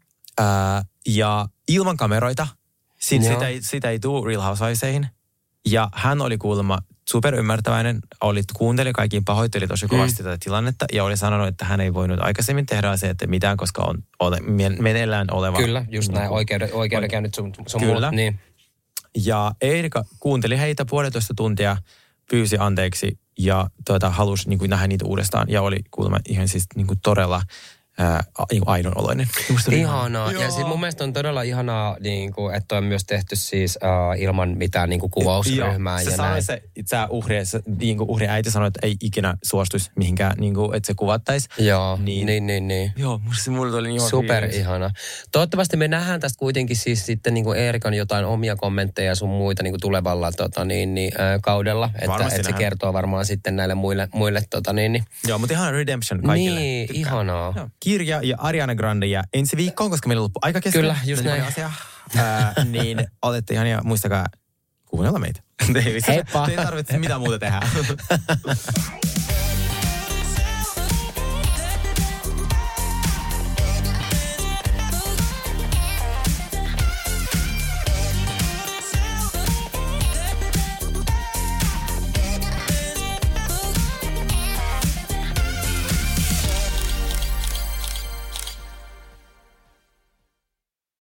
ja ilman kameroita. Sitä ei tule Real Housewivesiin. Ja hän oli kuulemma superymmärtäväinen, kuunteli kaikkiin, pahoitteli tosi kovasti tätä tilannetta ja oli sanonut, että hän ei voinut aikaisemmin tehdä se, että mitään, koska on meneillään oleva. Kyllä, just näin, oikeudenkäynnit sun kyllä. Niin. Ja Erika kuunteli heitä 1,5 tuntia, pyysi anteeksi ja halusi niin kuin nähdä niitä uudestaan ja oli kuulemma ihan siis niin kuin todella aidon oloinen. Ihanaa. Ja siis mun mielestä on todella ihanaa, niin kuin, että on myös tehty siis ilman mitään niin kuin kuvausryhmää. Joo, uhrin äiti sanoi, että ei ikinä suostuisi mihinkään, niin kuin, että se kuvattaisi. Joo, niin. Joo, mulla oli ihan superihana. Toivottavasti me nähdään tästä kuitenkin siis sitten niin kuin Eerikan jotain omia kommentteja sun muita niin kuin tulevalla kaudella. Että se kertoo varmaan sitten näille muille Joo, mutta ihan redemption kaikille. Niin, tykkään. Ihanaa. Joo. Kirja ja Ariana Grande ja ensi viikkoon, koska meillä loppu aika kesken. Kyllä, just näin. Niin olette ihan ja muistakaa kuunnella meitä. Heippa. Te ei tarvitse mitään muuta tehdä.